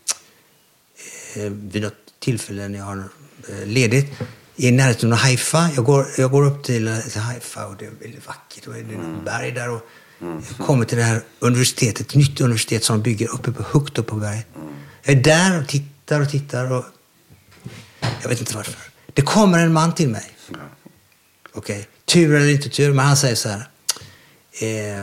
vid något tillfälle när jag har eh, ledigt... i närheten av Haifa. Jag går, jag går upp till, till Haifa och det är väldigt vackert. Och det är mm. berg där och mm. jag kommer till det här universitetet, ett nytt universitet som de bygger uppe på, högt upp på berget. Mm. Jag är där och tittar och tittar och jag vet inte varför. Det kommer en man till mig. Mm. Okej, okay. Tur eller inte tur, men han säger så här. Eh,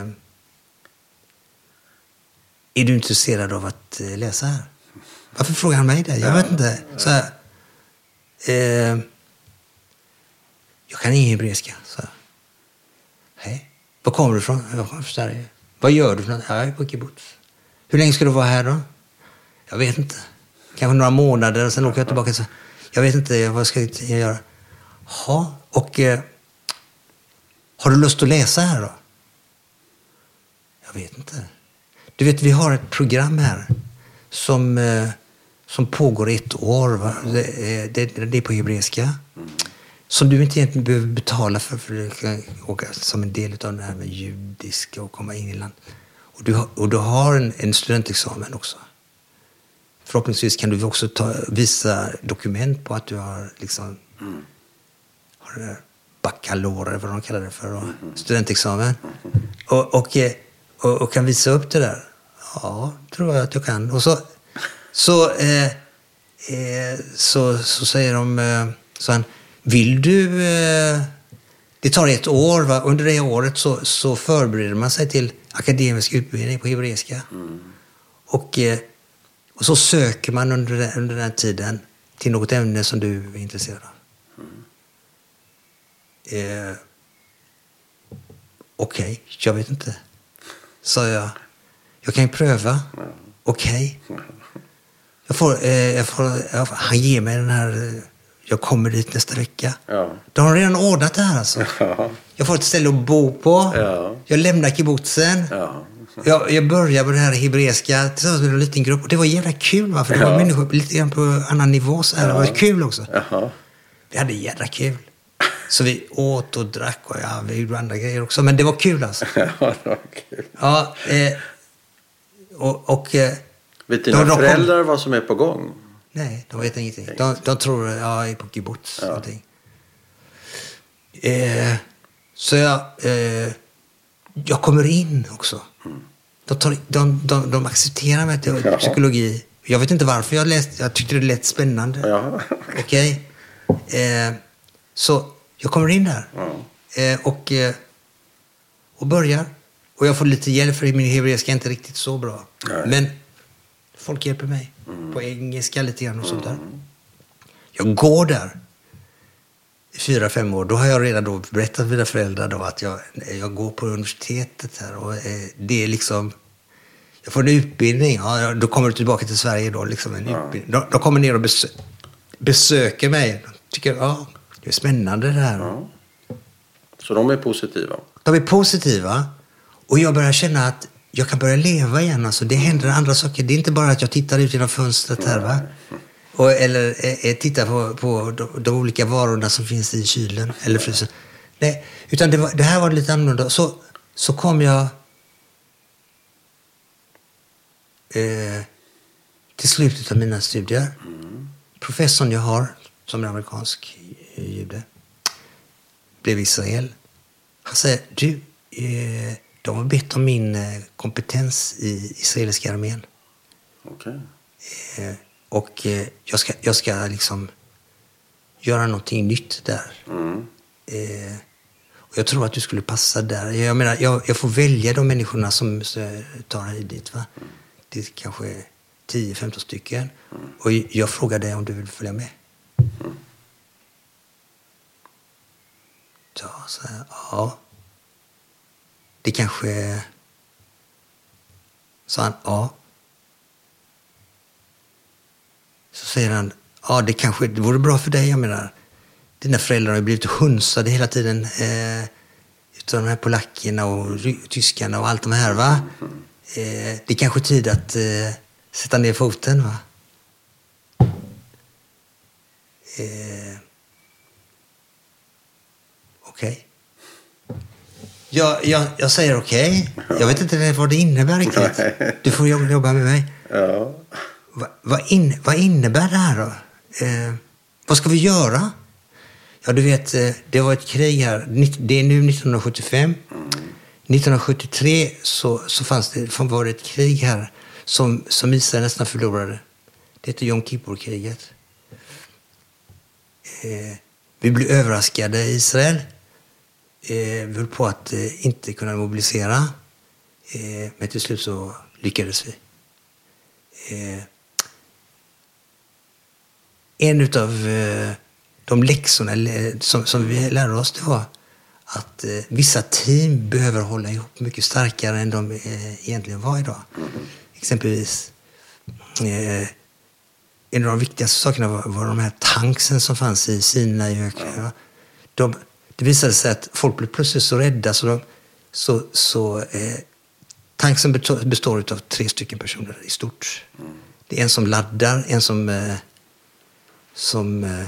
är du intresserad av att eh, läsa här? Varför frågar han mig det? Jag vet inte. Så här. Eh, Jag kan ingen hebreiska. Så. Hej. Var kommer du ifrån? Jag kommer från Sverige. Vad gör du för något? Jag är på kibbutz. Hur länge ska du vara här då? Jag vet inte. Kanske några månader och sen åker jag tillbaka. Så. Jag vet inte, vad ska jag göra? Ja, och eh, har du lust att läsa här då? Jag vet inte. Du vet, vi har ett program här som, eh, som pågår ett år. Va? Det, det, det är på hebreiska. Som du inte egentligen behöver betala för, för du kan åka som en del av det här med judiska och komma in i land. Och du har, och du har en, en studentexamen också. Förhoppningsvis kan du också ta, visa dokument på att du har liksom mm. har det där bakalor, vad de kallar det för, och mm. studentexamen. Mm. Och, och, och, och kan visa upp det där. Ja, tror jag att jag kan. Och så så, eh, eh, så, så säger de eh, så han, vill du... Eh, det tar ett år, va? Under det året så, så förbereder man sig till akademisk utbildning på hebreiska. Mm. Och, eh, och så söker man under, den, under den tiden till något ämne som du är intresserad av. Mm. Eh, Okej, okay, jag vet inte. Så jag, jag kan ju pröva. Mm. Okej. Okay. Jag får, eh, jag får, jag, han ger mig den här... Jag kommer dit nästa vecka. Ja. De har redan ordnat det här alltså. Ja. Jag får ett ställe att bo på. Ja. Jag lämnar kibbutzen. Ja. Jag, jag börjar med det här hebreiska tillsammans med en liten grupp. Och det var jävla kul, va? För det ja. var människor lite grann på annan nivå. Så här. Ja. Det var kul också. Ja. Vi hade jävla kul. Så vi åt och drack och ja, vi gjorde andra grejer också. Men det var kul alltså. Ja, det var kul. Ja, eh, och... och eh, vet dina de, föräldrar kom... vad som är på gång? Nej, de vet ingenting. De, de tror att jag är på kibbutz. Ja. Eh, så jag, eh, jag kommer in också. Mm. De, tar, de, de, de accepterar mig till ja. psykologi. Jag vet inte varför jag läste. Jag tyckte det lät spännande. Ja. Okej. Okay. Eh, så jag kommer in där. Ja. Eh, och, eh, och börjar. Och jag får lite hjälp för min hebreiska är inte riktigt så bra. Nej. Men folk hjälper mig. Mm. På engelska lite grann och sånt där. Jag går där. fyra, fem år, då har jag redan då berättat för mina föräldrar då att jag, jag går på universitetet här. Och eh, det är liksom, jag får en utbildning. Ja, då kommer du tillbaka till Sverige då. Liksom en ja. utbildning. De, de kommer ner och besö, besöker mig. De tycker, ja, det är spännande det här. Ja. Så de är positiva? De är positiva. Och jag börjar känna att jag kan börja leva igen. Alltså, det händer andra saker. Det är inte bara att jag tittar ut genom fönstret här, va? Och, eller eh, tittar på, på de, de olika varorna som finns i kylen eller frysen. Nej, utan det, var, det här var lite annorlunda. Så, så kom jag eh, till slutet av mina studier. Mm. Professorn jag har, som är amerikansk jude, blev Israel. Han säger, du, eh, de har bett om min eh, kompetens i israeliska armén. Okej. Okay. Eh, och eh, jag ska, jag ska liksom göra någonting nytt där. Mm. Eh, och jag tror att du skulle passa där. Jag menar, jag, jag får välja de människorna som tar dig dit, va? Mm. Det är kanske tio femton stycken. Mm. Och jag frågar dig om du vill följa med. Mm. Ja, så här, ja. Det kanske... Så han, ja. Så säger han, ja, det kanske det vore bra för dig. Jag menar, dina föräldrar har blivit hunsade hela tiden eh, utav de här polackerna och tyskarna och allt de här, va? Eh, det är kanske tid att eh, sätta ner foten, va? Eh, Okej. Okay. Jag, jag, jag säger okej. Okay. Jag vet inte vad det innebär riktigt. Du får jobba med mig. Ja. Va, vad, in, vad innebär det här då? Eh, vad ska vi göra? Ja, du vet, det var ett krig här. Det är nu nittonhundrasjuttiofem. Mm. nittonhundrasjuttiotre så, så fanns det, var det ett krig här som, som Israel nästan förlorade. Det heter Yom Kippur-kriget. Eh, vi blev överraskade i Israel. Eh, vi höll på att eh, inte kunna mobilisera. Eh, men till slut så lyckades vi. Eh, en utav eh, de läxorna som, som vi lärde oss, det var att eh, vissa team behöver hålla ihop mycket starkare än de eh, egentligen var idag. Mm. Exempelvis eh, en av de viktigaste sakerna var, var de här tanksen som fanns i Sinaiöknen. Mm. De, det visade sig att folk blev plötsligt så rädda så, de, så, så eh, tanksen består av tre stycken personer i stort. Mm. Det är en som laddar, en som eh, som eh,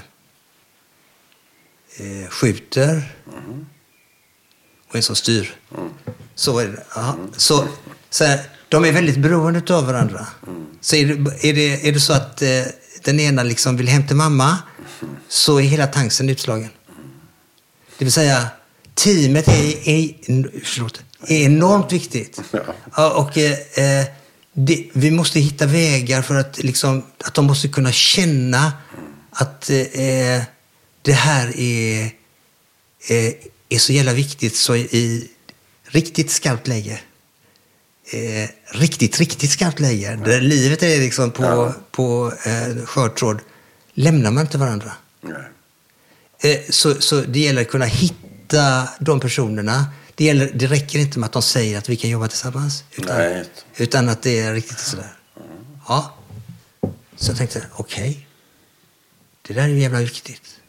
eh, skjuter mm. och en som styr. Mm. Så är det. Ja. Mm. Så, så här, de är väldigt beroende av varandra. Mm. Så är det, är det, är det så att eh, den ena liksom vill hem till mamma, mm. så är hela tanksen utslagen. Mm. Det vill säga, teamet är, är, förlåt, är enormt viktigt. Ja. Ja, och eh, det, vi måste hitta vägar för att, liksom, att de måste kunna känna att eh, det här är, eh, är så jävla viktigt så i riktigt skarpt läge. Eh, riktigt, riktigt skarpt läge. Mm. Där livet är liksom på, ja. på eh, skörtråd. Lämnar man inte varandra. Mm. Eh, så, så det gäller att kunna hitta de personerna. Det, gäller, det räcker inte med att de säger att vi kan jobba tillsammans. Utan, utan att det är riktigt sådär. Mm. Ja. Så jag tänkte, okej. Okay. Det där är ju jävla viktigt.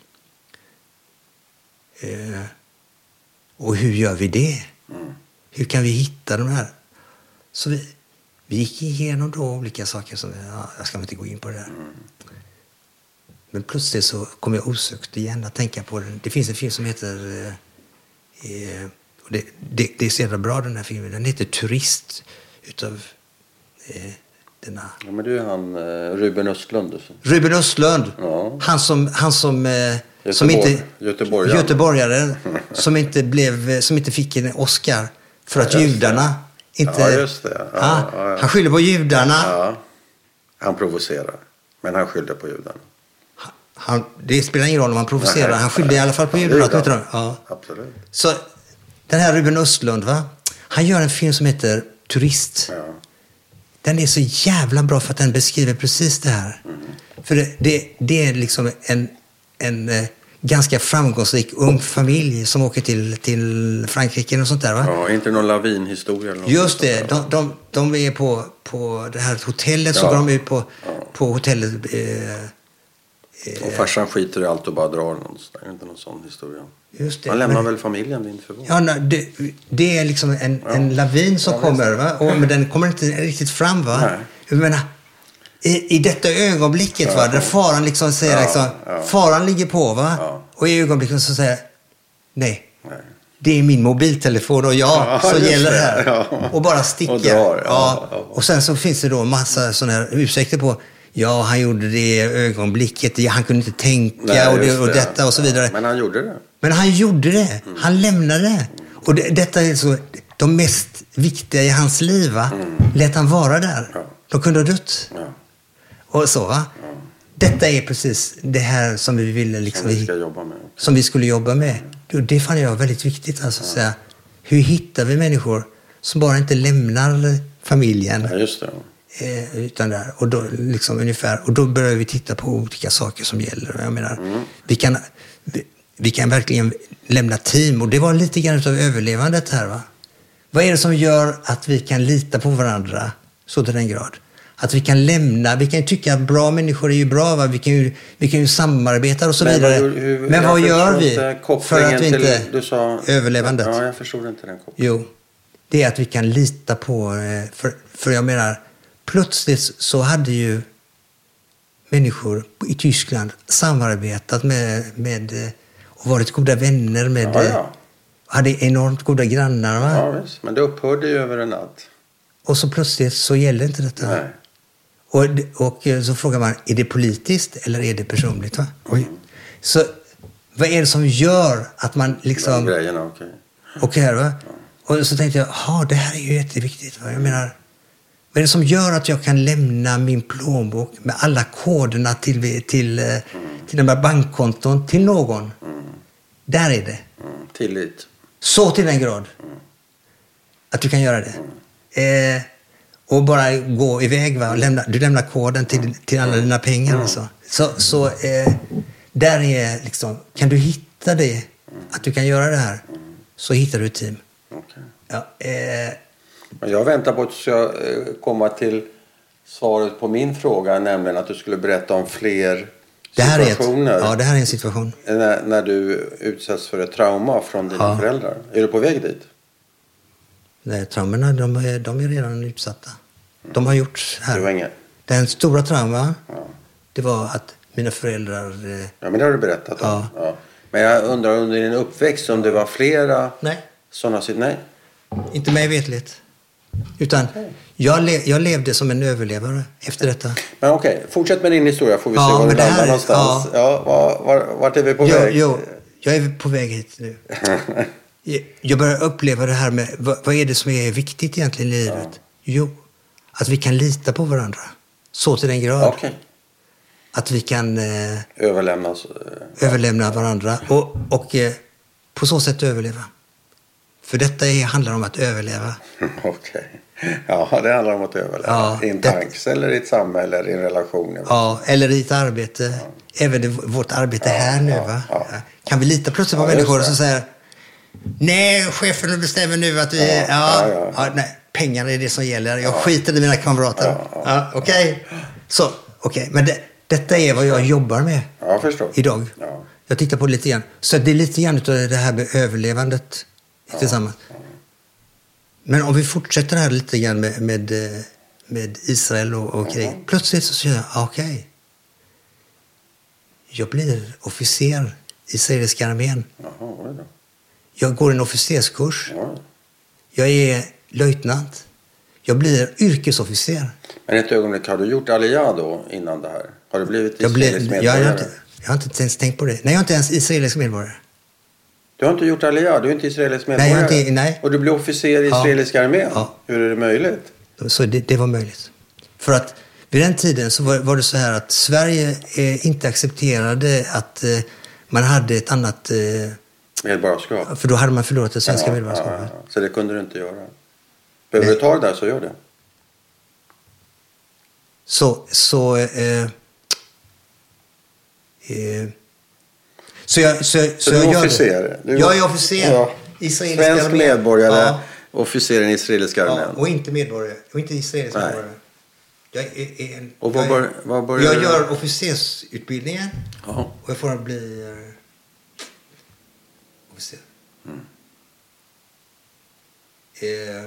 Eh, och hur gör vi det? Mm. Hur kan vi hitta de här? Så vi, vi gick igenom då olika saker. Som, ja, jag ska inte gå in på det där. Mm. Men plötsligt så kom jag osökt igen att tänka på det. Det finns en film som heter... Eh, och det, det, det är så jävla bra, den här filmen. Den heter Turist. Utav... Eh, denna... Ja, men det är han eh, Ruben Östlund. Ruben Östlund. Ja. Han som... Han som eh, Göteborg, som inte, Göteborgare. Göteborgare som, inte blev, som inte fick en Oscar för att ja, judarna inte... Ja, just det. Ja, ja, ja, ja. Han skyller på judarna. Ja, han provocerar. Men han skyller på judarna. Han, det spelar ingen roll om han provocerar. Han skyllde i alla fall på judarna. Ja, ja, ja. Absolut. Så den här Ruben Östlund, va? Han gör en film som heter Turist. Ja. Den är så jävla bra för att den beskriver precis det här. Mm. För det, det, det är liksom en... en ganska framgångsrik ung familj som åker till, till Frankrike och sånt där, va? Ja, inte någon lavinhistoria eller något. Just det, de, de, de är på, på det här hotellet, ja. Så går de ut på, ja. på hotellet. Eh, eh, och farsan skiter i allt och bara drar någonstans. Det är inte någon sån historia. Just det, man lämnar men, väl familjen vid förvåning. Ja, nej, det, det är liksom en, ja. en lavin som ja, kommer, va? Och, men den kommer inte riktigt fram, va? Nej. Jag menar, i, i detta ögonblicket, ja. va? Där faran liksom säger, ja. liksom, ja. faran ligger på, va? Ja. Och i ögonblicket så säger nej. nej. Det är min mobiltelefon och ja, ja så gäller det här. Ja. Och bara sticka. Och, ja. Ja. och sen så finns det då massa sådana här ursäkter på. Ja, han gjorde det i ögonblicket. Han kunde inte tänka. Nej, och, det, och det. detta och så vidare. Ja. Men han gjorde det. Men han gjorde det. Mm. Han lämnade det. Och det, detta är så de mest viktiga i hans liv, va? Mm. Lät han vara där. Ja. De kunde ha dött. Ja. Och så, va? Ja. Detta är precis det här som vi ville liksom, som vi, ska jobba med. Som vi skulle jobba med. Mm. Det fann jag väldigt viktigt. Alltså, ja. säga, hur hittar vi människor som bara inte lämnar familjen? Ja, just det. Eh, utan där. Och då, liksom, ungefär, och då börjar vi titta på olika saker som gäller. Jag menar, mm. vi, kan, vi, vi kan verkligen lämna team. Och det var lite grann av överlevandet här, va? Vad är det som gör att vi kan lita på varandra så till den grad? Att vi kan lämna, vi kan ju tycka att bra människor är ju bra, va? Vi kan ju, vi kan ju samarbeta och så men vidare. Hur, hur, men vad gör vi för att vi inte till, du sa, överlevandet? Ja, jag förstod inte den kopplingen. Jo, det är att vi kan lita på, för, för jag menar, plötsligt så hade ju människor i Tyskland samarbetat med, med och varit goda vänner med, ja, ja. hade enormt goda grannar, va? Ja, visst. Men det upphörde ju över en natt. Och så plötsligt så gäller inte detta. Nej. Och, och så frågar man, är det politiskt eller är det personligt, va? Oj. Mm. Så vad är det som gör att man liksom... De grejerna, okej. Okay. Okej, okay, va? Ja. Och så tänkte jag, ja, det här är ju jätteviktigt, va? Jag menar, vad är det som gör att jag kan lämna min plånbok med alla koderna till, till, mm. till de här bankkonton till någon? Mm. Där är det. Mm. Tillit. Så till den grad. Mm. Att du kan göra det. Mm. Eh, och bara gå iväg, va? Och lämna, du lämnar koden till, till alla dina pengar. Mm. Och så så, så eh, där är liksom, kan du hitta det, mm. att du kan göra det här, mm. så hittar du ett team. Okay. Ja, eh, Men jag väntar på att du ska komma till svaret på min fråga, nämligen att du skulle berätta om fler det här situationer. Är ett, ja, det här är en situation. När, när du utsätts för ett trauma från dina ja. föräldrar. Är du på väg dit? Nej, traumorna, de är, de är redan utsatta. De har gjorts här. Det var inget. Den stora trauma, ja. det var att mina föräldrar... Eh, ja, men det har du berättat om. Ja. Ja. Men jag undrar under din uppväxt om det var flera... Nej. Sådana sitt nej. Inte mig vetligt. Utan okay. jag, le, jag levde som en överlevare efter detta. Men okej, okay. fortsätt med din historia får vi ja, se var du landar någonstans. Ja. Ja, var, var, vart är vi på jo, väg? Jo, jag är på väg hit nu. Jag börjar uppleva det här med vad, vad är det som är viktigt egentligen i livet? Ja. Jo, att vi kan lita på varandra. Så till den grad. Okay. Att vi kan eh, överlämna, eh, överlämna varandra och, och eh, på så sätt överleva. För detta är, handlar om att överleva. Okej. Okay. Ja, det handlar om att överleva. Ja, I en tanks det... eller i ett samhälle eller i en relation. Ja, eller i ett arbete. Ja. Även det, vårt arbete ja, här nu, ja, va? Ja. Kan vi lita plötsligt på ja, människor som säger nej, chefen bestämmer nu att vi... Ja, ja, ja, ja. Ja, nej, pengarna är det som gäller. Jag ja. skiter i mina kamrater. Ja, ja, ja, okej. Okay. Så, okej. Okay. Men det, detta är vad jag jobbar med ja, förstår. idag. Ja. Jag tittar på det lite grann. Så det är lite grann av det här med överlevandet tillsammans. Ja. Men om vi fortsätter här lite grann med, med, med Israel och, och krig. Mm. Plötsligt så säger jag, okej. Okay. Jag blir officer i israeliska armén. Jaha, vad är det? Jag går en officerskurs. Ja. Jag är löjtnant. Jag blir yrkesofficer. Men ett ögonblick, har du gjort aliyah då innan det här? Har du blivit israelisk medborgare? Jag, jag, har inte, jag har inte ens tänkt på det. Nej, jag är inte ens israelisk medborgare. Du har inte gjort aliyah? Du är inte israelisk medborgare? Nej, jag inte, nej. Och du blir officer i israeliska ja. armén? Ja. Hur är det möjligt? Så det, det var möjligt. För att vid den tiden så var, var det så här att Sverige eh, inte accepterade att eh, man hade ett annat... Eh, medborgarskap. För då hade man förlorat det svenska ja, medborgarskapet. Ja, ja. Så det kunde du inte göra. Behöver Nej. du ta det där så gör det. Så, så, eh, eh, Så jag, så, så, så jag du är gör officer? Det. Jag är officer. Ja. Svensk armén. Medborgare, ja. Officer i den israeliska armén. Ja, och inte medborgare. Och inte israeliska medborgare. Jag är, är en, och vad jag, bör, är, vad börjar jag du? gör officersutbildningen. Ja. Och jag får bli uh, officer. Mm. Eh,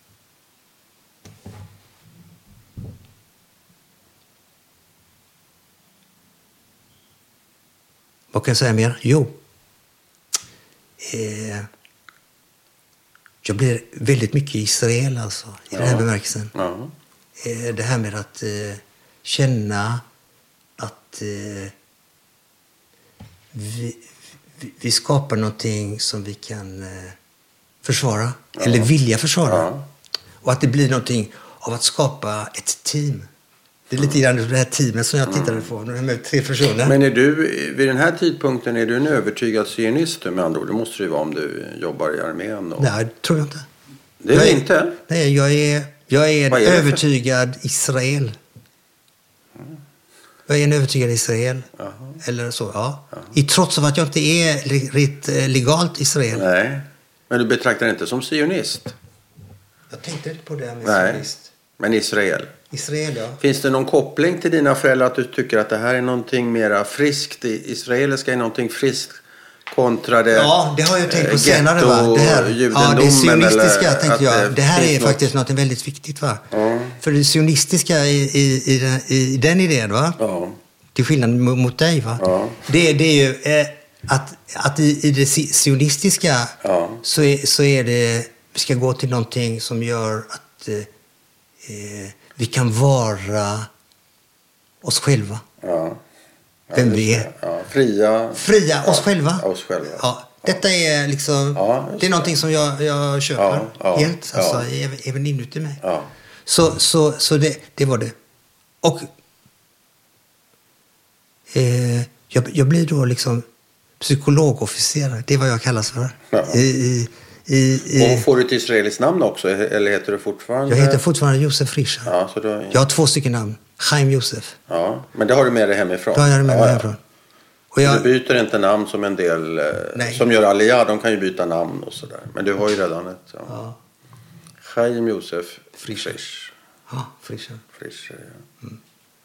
vad kan jag säga mer? Jo. Eh, jag blir väldigt mycket Israel alltså. I ja. den här bemärkelsen. Ja. Eh, det här med att eh, känna att eh, vi, vi, vi skapar någonting som vi kan eh, försvara. Ja. Eller vilja försvara. Ja. Och att det blir någonting av att skapa ett team. Det är lite grann det här teamet som jag tittade på. Mm. Med tre personer. Men är du, vid den här tidpunkten, är du en övertygad sionist med andra ord? Det måste du vara om du jobbar i armén. Och... Nej, det tror jag inte. Det är jag det är, inte? Nej, jag är, jag är en är övertygad Israel. Mm. Jag är en övertygad Israel. Aha. Eller så, ja. Aha. I trots av att jag inte är legalt Israel. Nej, men du betraktar inte som sionist? Jag tänkte inte på det med Nej. sionist. Men Israel? Israel, ja. Finns det någon koppling till dina föräldrar att du tycker att det här är någonting mera friskt? Israeliska är någonting friskt kontra det... Ja, det har jag tänkt på senare, va? Det här, ja, det sionistiska tänkte jag. Det, det här är något... faktiskt något väldigt viktigt, va? Ja. För det sionistiska i, i, i, den, i den idén, va? Ja. Till skillnad mot dig, va? Ja. Det, det är ju eh, att, att i, i det sionistiska ja. så, är, så är det... Vi ska gå till någonting som gör att eh, eh, vi kan vara oss själva. Ja. Ja, vem vi är. Ja, fria. Fria oss ja, själva. Oss själva. Ja, detta är liksom, ja, det är någonting som jag, jag köper ja, ja, helt, alltså, ja. även, även inuti mig. Ja. Så, så, så det, det var det. Och eh, jag, jag blir då liksom psykologofficer, det är vad jag kallas för. Ja. I, i, i, i, och får du ett israeliskt namn också, eller heter du fortfarande? Jag heter fortfarande Josef Risha. Ja, så då... Jag har två stycken namn. Chaim Josef. Ja, men det har du med dig hemifrån. Det har jag med mig ja, hemifrån. Och jag... Du byter inte namn som en del Nej. som gör Aliyah, de kan ju byta namn och sådär. Men du har ju redan ett. Ja. Ja. Chaim Josef Frisch. Ja, Frisch. Frisch, ja. Mm.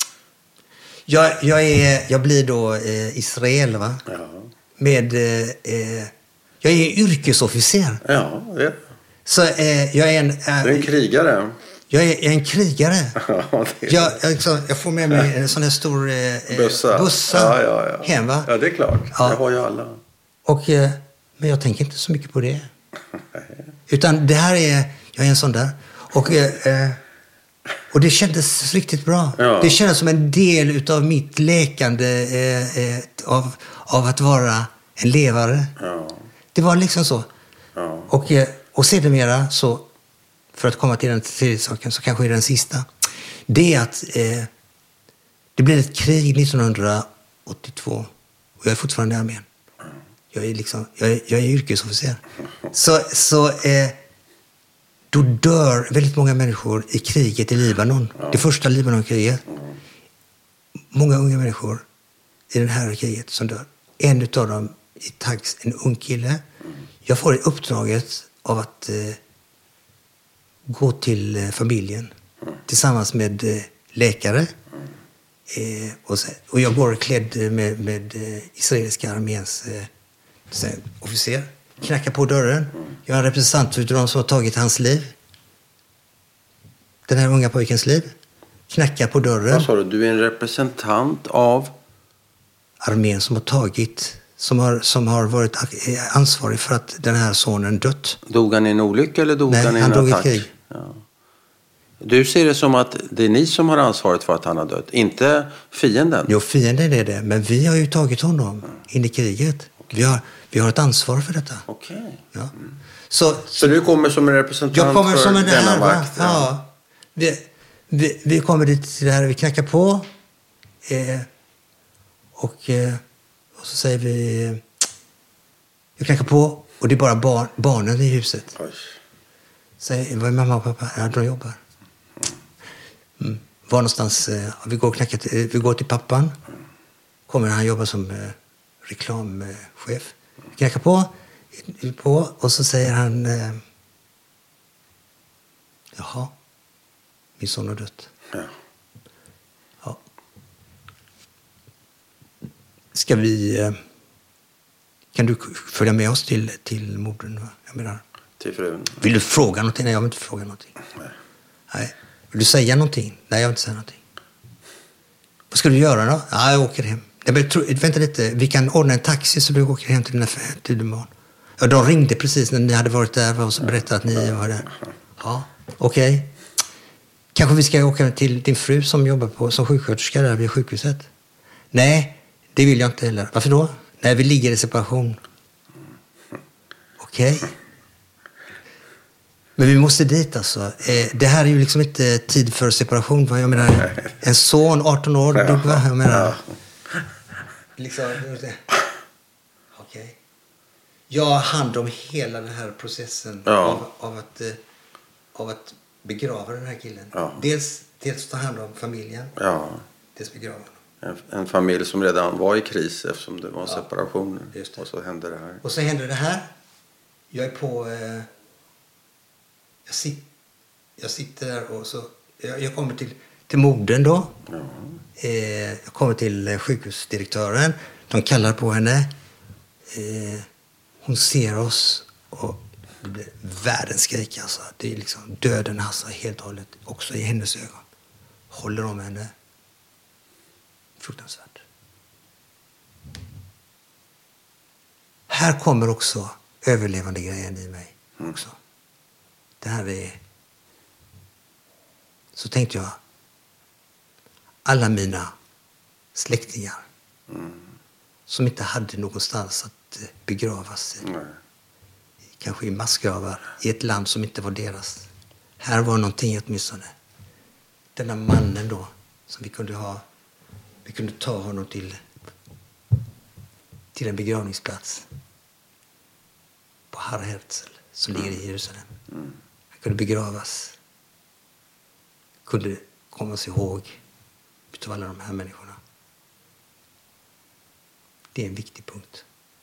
Jag, jag, är, jag blir då eh, Israel, va? Ja. Med... Eh, jag är yrkesofficer. Ja, det. Så eh, jag är en... Eh, du är en krigare. Jag är en krigare. Ja, är... jag, jag, jag får med mig en sån här stor eh, bussa, bussa ja, ja, ja. hem, va? Ja, det är klart. Ja. Det har ju alla. Och, eh, men jag tänker inte så mycket på det. Utan det här är... Jag är en sån där. Och, eh, och det kändes riktigt bra. Ja. Det kändes som en del utav mitt läkande eh, eh, av, av att vara en levare. Ja. Det var liksom så. Ja. Och, och sedermera så, för att komma till den tredje saken, så kanske är den sista. Det är att eh, det blev ett krig nittonhundraåttiotvå och jag är fortfarande i armén. Jag är, liksom, jag är, jag är yrkesofficer. Så, så eh, då dör väldigt många människor i kriget i Libanon. Ja. Det första Libanonkriget. Många unga människor i det här kriget som dör. En utav dem i Tags, en ung kille. Jag får uppdraget av att eh, gå till eh, familjen tillsammans med eh, läkare. Eh, och, så, och jag går klädd med, med eh, israeliska arméns eh, så, officer. Knackar på dörren. Jag är en representant för de som har tagit hans liv. Den här unga pojkens liv. Knackar på dörren. Vad sa du? Du är en representant av? Armén som har tagit... Som har, som har varit ansvarig för att den här sonen dött. Dog han i en olycka eller dog Nej, han i en han dog attack? I krig. Ja. Du ser det som att det är ni som har ansvaret för att han har dött, inte fienden? Jo, fienden är det. Men vi har ju tagit honom mm. in i kriget. Okay. Vi, har, vi har ett ansvar för detta. Okej. Okay. Ja. Mm. Så, så du kommer som en representant jag kommer för som en denna här, makt? Ja. ja. Vi, vi, vi kommer dit till det här, vi knackar på. Eh, och... Eh, Och så säger vi... Jag knackar på och det är bara barn, barnen i huset. Oj. Säger, vad är mamma och pappa? Ja, de jobbar. Mm. Var någonstans... Vi går, och knackar till, vi går till pappan. Kommer han jobba som reklamchef. Knackar på, på och så säger han eh, jaha, min son har dött. Ja. Ja. Ska vi... Eh, kan du följa med oss till, till morden? Va? Jag menar, till frun. Vill du fråga någonting? Nej, jag vill inte fråga någonting. Nej. Nej. Vill du säga någonting? Nej, jag vill inte säga någonting. Vad ska du göra då? Ja, jag åker hem. Jag vill, tro, vänta lite, vi kan ordna en taxi så du åker hem till, till Duman. Ja, de ringde precis när ni hade varit där och så berättade att ni var där. Ja, okej. Okay. Kanske vi ska åka till din fru som jobbar på, som sjuksköterska där vid sjukhuset? Nej, det vill jag inte heller. Varför då? Nej, vi ligger i separation. Okej. Okay. Men vi måste dit alltså. Det här är ju liksom inte tid för separation. Jag menar, en son, arton år, ja. Dog, va? Jag menar, ja. Liksom, okej. Okay. Jag har hand om hela den här processen ja. av, av, att, av att begrava den här killen. Ja. Dels, dels ta hand om familjen. Ja. Dels begrava honom. En, en familj som redan var i kris eftersom det var en ja. separation. Just det. Och så hände det här. Och så hände det här. Jag är på... Eh, jag, sit, jag sitter där och så... Jag, jag kommer till, till morden då. Ja. Eh, jag kommer till sjukhusdirektören. De kallar på henne. Eh, hon ser oss och det blir världens skrik alltså. Det är liksom döden alltså helt och hållet. Också i hennes ögon. Håller om henne. Fruktansvärt. Här kommer också överlevande grejen i mig också. Det här är... Så tänkte jag, alla mina släktingar mm. som inte hade någonstans att begravas i, mm. kanske i massgravar i ett land som inte var deras. Här var någonting åtminstone. Denna mannen då som vi kunde ha, vi kunde ta honom till till en begravningsplats på Har Herzl som mm. ligger i Jerusalem. Mm. Han kunde begravas. Kunde komma sig ihåg utav alla de här människorna. Det är en viktig punkt.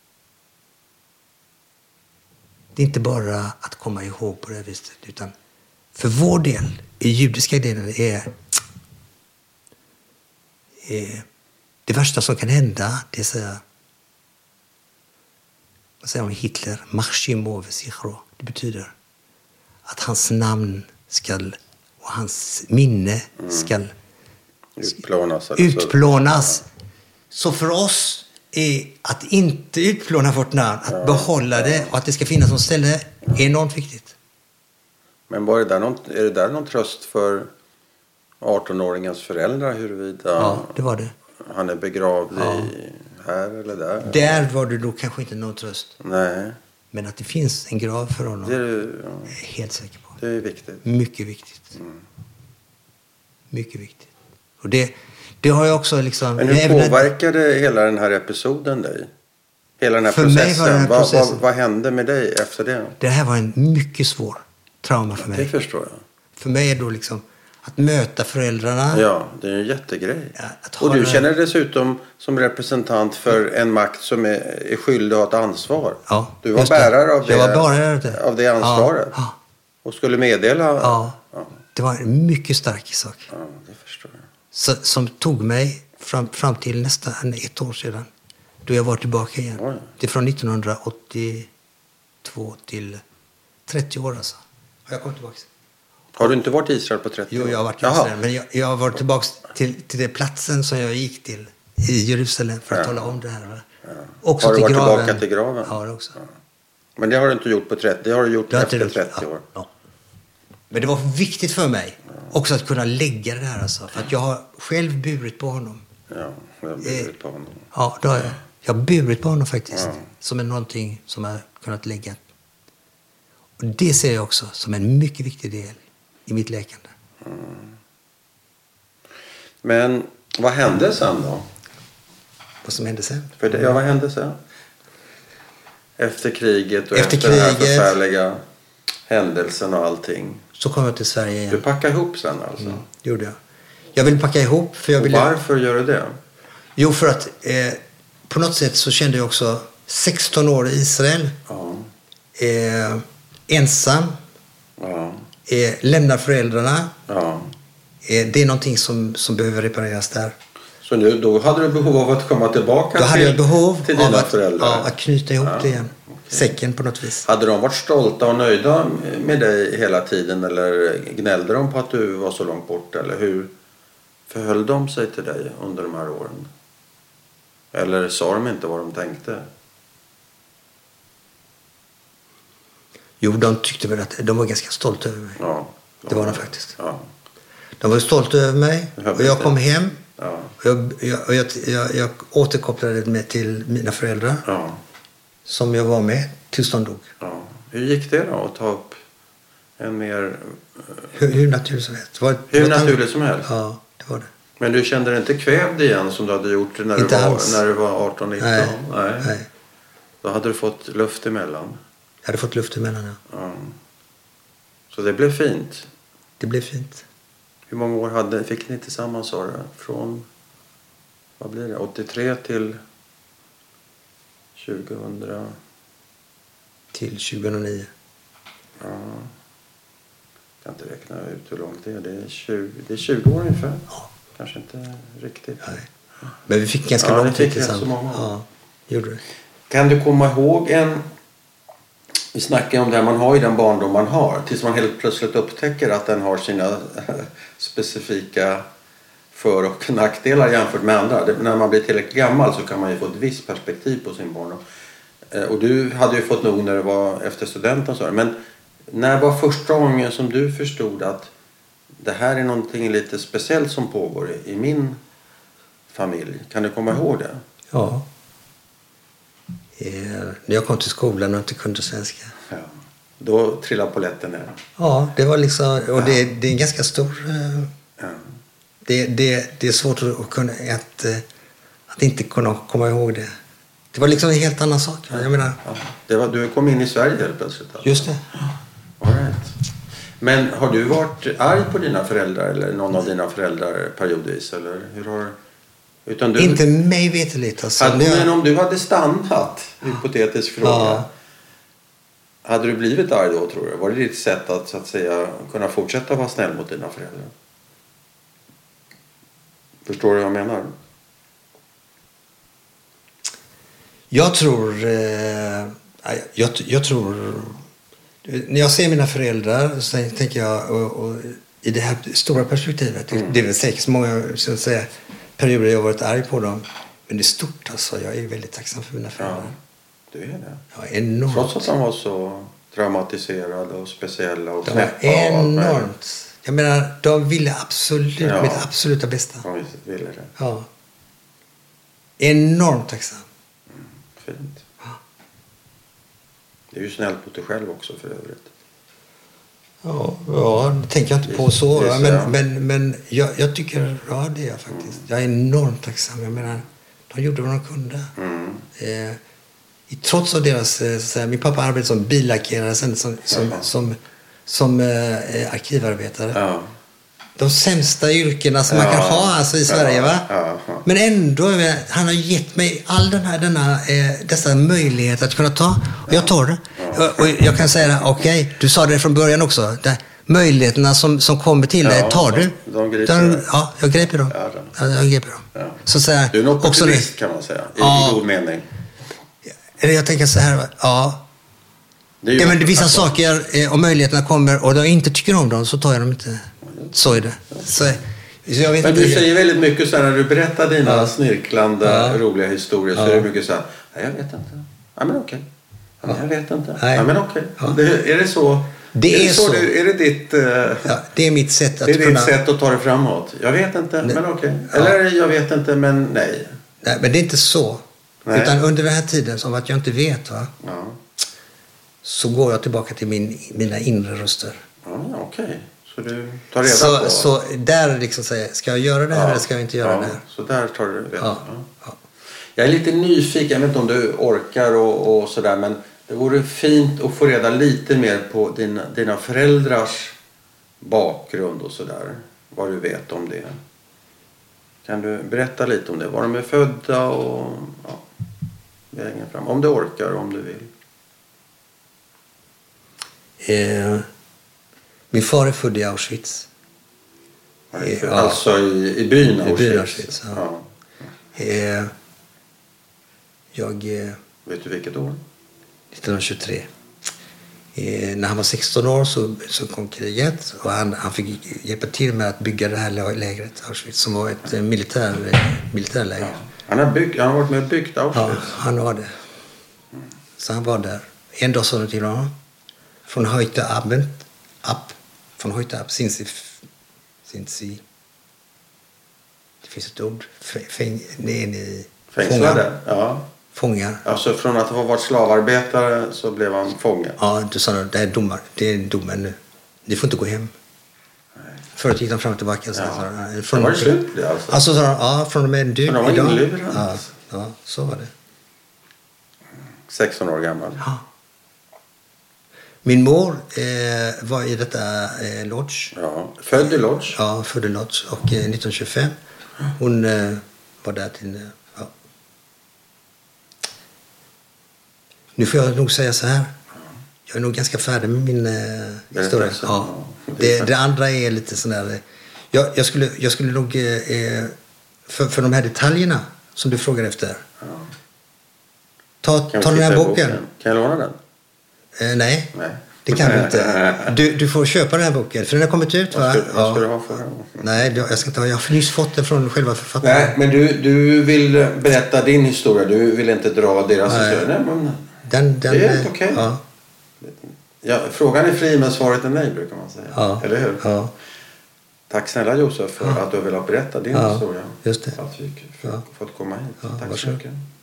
Det är inte bara att komma ihåg på det viset, utan för vår del, i judiska delen, är, är det värsta som kan hända, det är så här, vad säger man, Hitler, Marshimo Vesichro. Det betyder att hans namn ska och hans minne ska mm. utplånas. utplånas. Så för oss är att inte utplåna vårt namn, att ja, behålla ja. det och att det ska finnas något ställe är enormt viktigt. Men var det där någon, är det där någon tröst för arton-åringens föräldrar huruvida ja, det var det. Han är begravd ja. i här eller där? Där var det då kanske inte någon tröst. Nej. Men att det finns en grav för honom det är, ja. är jag helt säker på. Det är viktigt. Mycket viktigt. Mm. Mycket viktigt. Och det, det har jag också liksom... Men hur påverkade att... hela den här episoden dig? Hela den här för processen? Mig var den här vad, processen... Vad, vad hände med dig efter det? Det här var en mycket svår trauma för mig. Det förstår jag. För mig är då liksom att möta föräldrarna. Ja, det är en jättegrej. Ja, och du känner dessutom som representant för en makt som är, är skyldig att ha ett ansvar. Ja, du var bärare av det, jag var bärare det. av det ansvaret. Ja, ja. Och skulle meddela. Ja, ja, det var en mycket stark sak. Ja, det förstår jag. Så, som tog mig fram, fram till nästan ett år sedan. Då jag var tillbaka igen. Oj. Det är från nittonhundraåttiotvå till trettio år alltså. Och jag kom tillbaka. Har du inte varit i Israel på trettio år? Jo, jag har varit i Israel. Men jag, jag har varit tillbaka till, till den platsen som jag gick till i Jerusalem för att ja. tala om det här. Ja. Också har du till varit graven. tillbaka till graven? Ja, det också. Ja. Men det har du inte gjort på trettio, det har du gjort det efter trettio år. Ja. Men det var viktigt för mig ja. också att kunna lägga det här. Alltså, för att jag har själv burit på honom. Ja, jag har burit eh, på honom. Ja, då har jag. Jag har burit på honom faktiskt. Ja. Som är någonting som jag har kunnat lägga. Och det ser jag också som en mycket viktig del i mitt läkande. Mm. Men vad hände sen då? Vad som hände sen? För det, ja, vad hände sen? Efter kriget och efter, efter den här förfärliga händelsen och allting. Så kom jag till Sverige igen. Du packade ihop sen alltså? Mm, det gjorde jag. Jag vill packa ihop för jag och ville... varför gör du det? Jo, för att eh, på något sätt så kände jag också sexton år i Israel. Ja. Eh, ensam. Ja. Eh, lämnar föräldrarna. Ja. Eh, det är någonting som, som behöver repareras där. Så nu, då hade du behov av att komma tillbaka då hade till, jag behov till dina av att, föräldrar? Ja, att knyta ihop ja. det igen. Okay. Säcken på något vis. Hade de varit stolta och nöjda med dig hela tiden eller gnällde de på att du var så långt bort? Eller hur förhöll de sig till dig under de här åren? Eller sa de inte vad de tänkte? Jo, de tyckte väl att de var ganska stolta över mig. Ja, det var de faktiskt. Ja. De var stolta över mig och jag kom hem. Ja. Och jag, jag, jag, jag, jag återkopplade mig till mina föräldrar. Ja. Som jag var med tills de dog. Ja. Hur gick det då att ta upp en mer... Hur, hur naturligt som helst. Var, hur naturligt som helst? Ja, det var det. Men du kände dig inte kvävd igen som du hade gjort när, du var, när du var arton nitton? Nej. Nej. Nej. Då hade du fått luft emellan? Jag hade fått luft emellan, ja. Ja. Så det blev fint? Det blev fint. Hur många år hade, fick ni tillsammans, sa du? Från, vad blir det, åttiotre till tjugohundra? Till tjugohundranio. Ja. Jag kan inte räkna ut hur långt det är. Det är tjugo, det är tjugo år ungefär. Ja. Kanske inte riktigt. Nej. Men vi fick ganska ja, lång tid tillsammans. Så många år. Ja, gjorde det. Kan du komma ihåg en... Vi snackar om det här, man har ju den barndom man har. Tills man helt plötsligt upptäcker att den har sina specifika för- och nackdelar jämfört med andra. Det, när man blir tillräckligt gammal så kan man ju få ett visst perspektiv på sin barndom. Eh, och du hade ju fått nog när det var efter studenten. Så. Men när var första gången som du förstod att det här är någonting lite speciellt som pågår i, i min familj? Kan du komma ihåg det? Ja. När jag kom till skolan och inte kunde svenska. Ja. Då trillade polletten ner. Ja, det var liksom... Och det, det är en ganska stor... Ja. Det, det, det är svårt att, kunna, att, att inte kunna komma ihåg det. Det var liksom en helt annan sak. Jag menar... Ja. Det var, du kom in i Sverige helt plötsligt. Alltså. Just det. All right. Men har du varit arg på dina föräldrar eller någon av dina föräldrar periodvis? Eller hur har... Utan du... Inte mig veterligt. Alltså. Hade, jag... Men om du hade stannat, hypotetisk fråga. Ja. Hade du blivit arg då, tror du? Var det ditt sätt att, så att säga, kunna fortsätta vara snäll mot dina föräldrar? Förstår du vad jag menar? Jag tror... Eh, jag, jag tror... När jag ser mina föräldrar så tänker jag... Och, och, i det här stora perspektivet. Mm. Det är väl säkert så många så säga, perioder jag har varit arg på dem. Men det är stort alltså. Jag är väldigt tacksam för mina föräldrar. Ja, du är det. Ja, enormt. Trots att de var så traumatiserade och speciella och de var enormt. Jag menar, de ville absolut, ja. Mitt absoluta bästa. Ja, de ville det. Ja. Enormt tacksam. Mm, fint. Ja. Det är ju snällt mot dig själv också för övrigt. Ja, ja, det tänker jag inte på så. Ja, men men, men jag, jag tycker, ja det är jag faktiskt. Mm. Jag är enormt tacksam. Jag menar, de gjorde vad de kunde. Mm. Eh, i, trots av deras, så säga, min pappa arbetade som billackerare sen som, som, mm. som, som eh, arkivarbetare. Ja. De sämsta yrkena som ja. man kan ha alltså, i Sverige, ja. va? Ja. Ja. Men ändå, han har gett mig all den här, denna, eh, dessa möjligheter att kunna ta. Och jag tar det. Ja. Och, och jag kan säga, okej, okay, du sa det från början också. Det, möjligheterna som, som kommer till dig, ja, tar du. De griper de, ja, jag griper dem. Ja, ja, jag griper dem. Ja. Så, så här, du är något optimist kan man säga, i ja, god mening. Eller jag tänker så här, ja. Det ja, men vissa alltså. saker eh, och möjligheterna kommer och jag inte tycker om dem så tar jag dem inte. Så är det. Så, så jag vet men inte. Du säger väldigt mycket så här, när du berättar dina ja. snirklande, ja. roliga historier så ja. är det mycket så här, ja, jag vet inte. Ja, men okej. Ja, ja. Jag vet inte. Nej. Ja, men okej. Ja. Det, är det så? Det är, är det så. så. Du, är det ditt... Uh, ja, det är mitt sätt att det är kunna... ditt sätt att ta det framåt. Jag vet inte, nej. men okej. Ja. Eller jag vet inte, men nej. Nej, men det är inte så. Nej. Utan under den här tiden, som att jag inte vet, va? Ja. Så går jag tillbaka till min, mina inre röster. Ja, okej. Okay. Så du tar reda så, på... Så där liksom säger, ska jag göra det här ja. eller ska jag inte göra ja. det här? Så där tar du reda ja. ja. Jag är lite nyfiken, jag vet inte om du orkar och, och sådär, men det vore fint att få reda lite mer på dina, dina föräldrars bakgrund och sådär. Vad du vet om det. Kan du berätta lite om det? Var de är födda och... Ja. vägen fram? Om du orkar, om du vill. Eh, min far är född i Auschwitz. Eh, alltså i, i byn Auschwitz? I byn Auschwitz, ja. ja. Eh, jag... Eh, Vet du vilket år? nittonhundratjugotre. Eh, när han var sexton år så, så kom kriget och han, han fick hjälpa till med att bygga det här lägret Auschwitz som var ett eh, militär, eh, militärläger. Ja. Han, har byggt, han har varit med och byggt Auschwitz? Ja, han var det. Mm. Så han var där. En dag sa de till honom från heute Abend ab, från heute ab sind sie, sind sie det finns ett ord fäng, nej, nej, fängslade? Ja. Fångar. Alltså från att ha varit slavarbetare så blev han fånge. Ja, du sa det är domar. Det är domen nu. Ni får inte gå hem. Nej. Förut gick de fram och tillbaka. Så, ja. så, från, det var det slut det alltså? Alltså så, ja, från och med du. Men de var inlurade. Ja, ja, så var det. sexton år gammal. Ja. Min mor eh, var i detta eh, lodge. Ja, född i lodge. Ja, född i lodge. Och eh, nittonhundratjugofem. Hon eh, var där till... Ja. Nu får jag nog säga så här. Jag är nog ganska färdig med min eh, historia. Ja. Det, det andra är lite sån där... Jag, jag, skulle, jag skulle nog... Eh, för, för de här detaljerna som du frågar efter. Ja. Ta, ta den här boken. boken. Kan jag låna den? Eh, nej. nej, det kan du inte. Du, du får köpa den här boken. För den har kommit ut, va? Vad ska, vad ska ja. du ha för den? Nej, jag ska inte ha. Jag har nyss fått den från själva författaren. Nej, men du, du vill berätta din historia. Du vill inte dra deras nej. historia. Nej, men den, den, det är helt okej. Okay. Ja. Ja, frågan är fri, men svaret är nej, brukar man säga. Ja. Eller hur? Ja. Tack snälla Josef för ja. att du vill berätta din ja. historia. Just det. Att vi fick ja. fått komma hit. Ja, tack så mycket.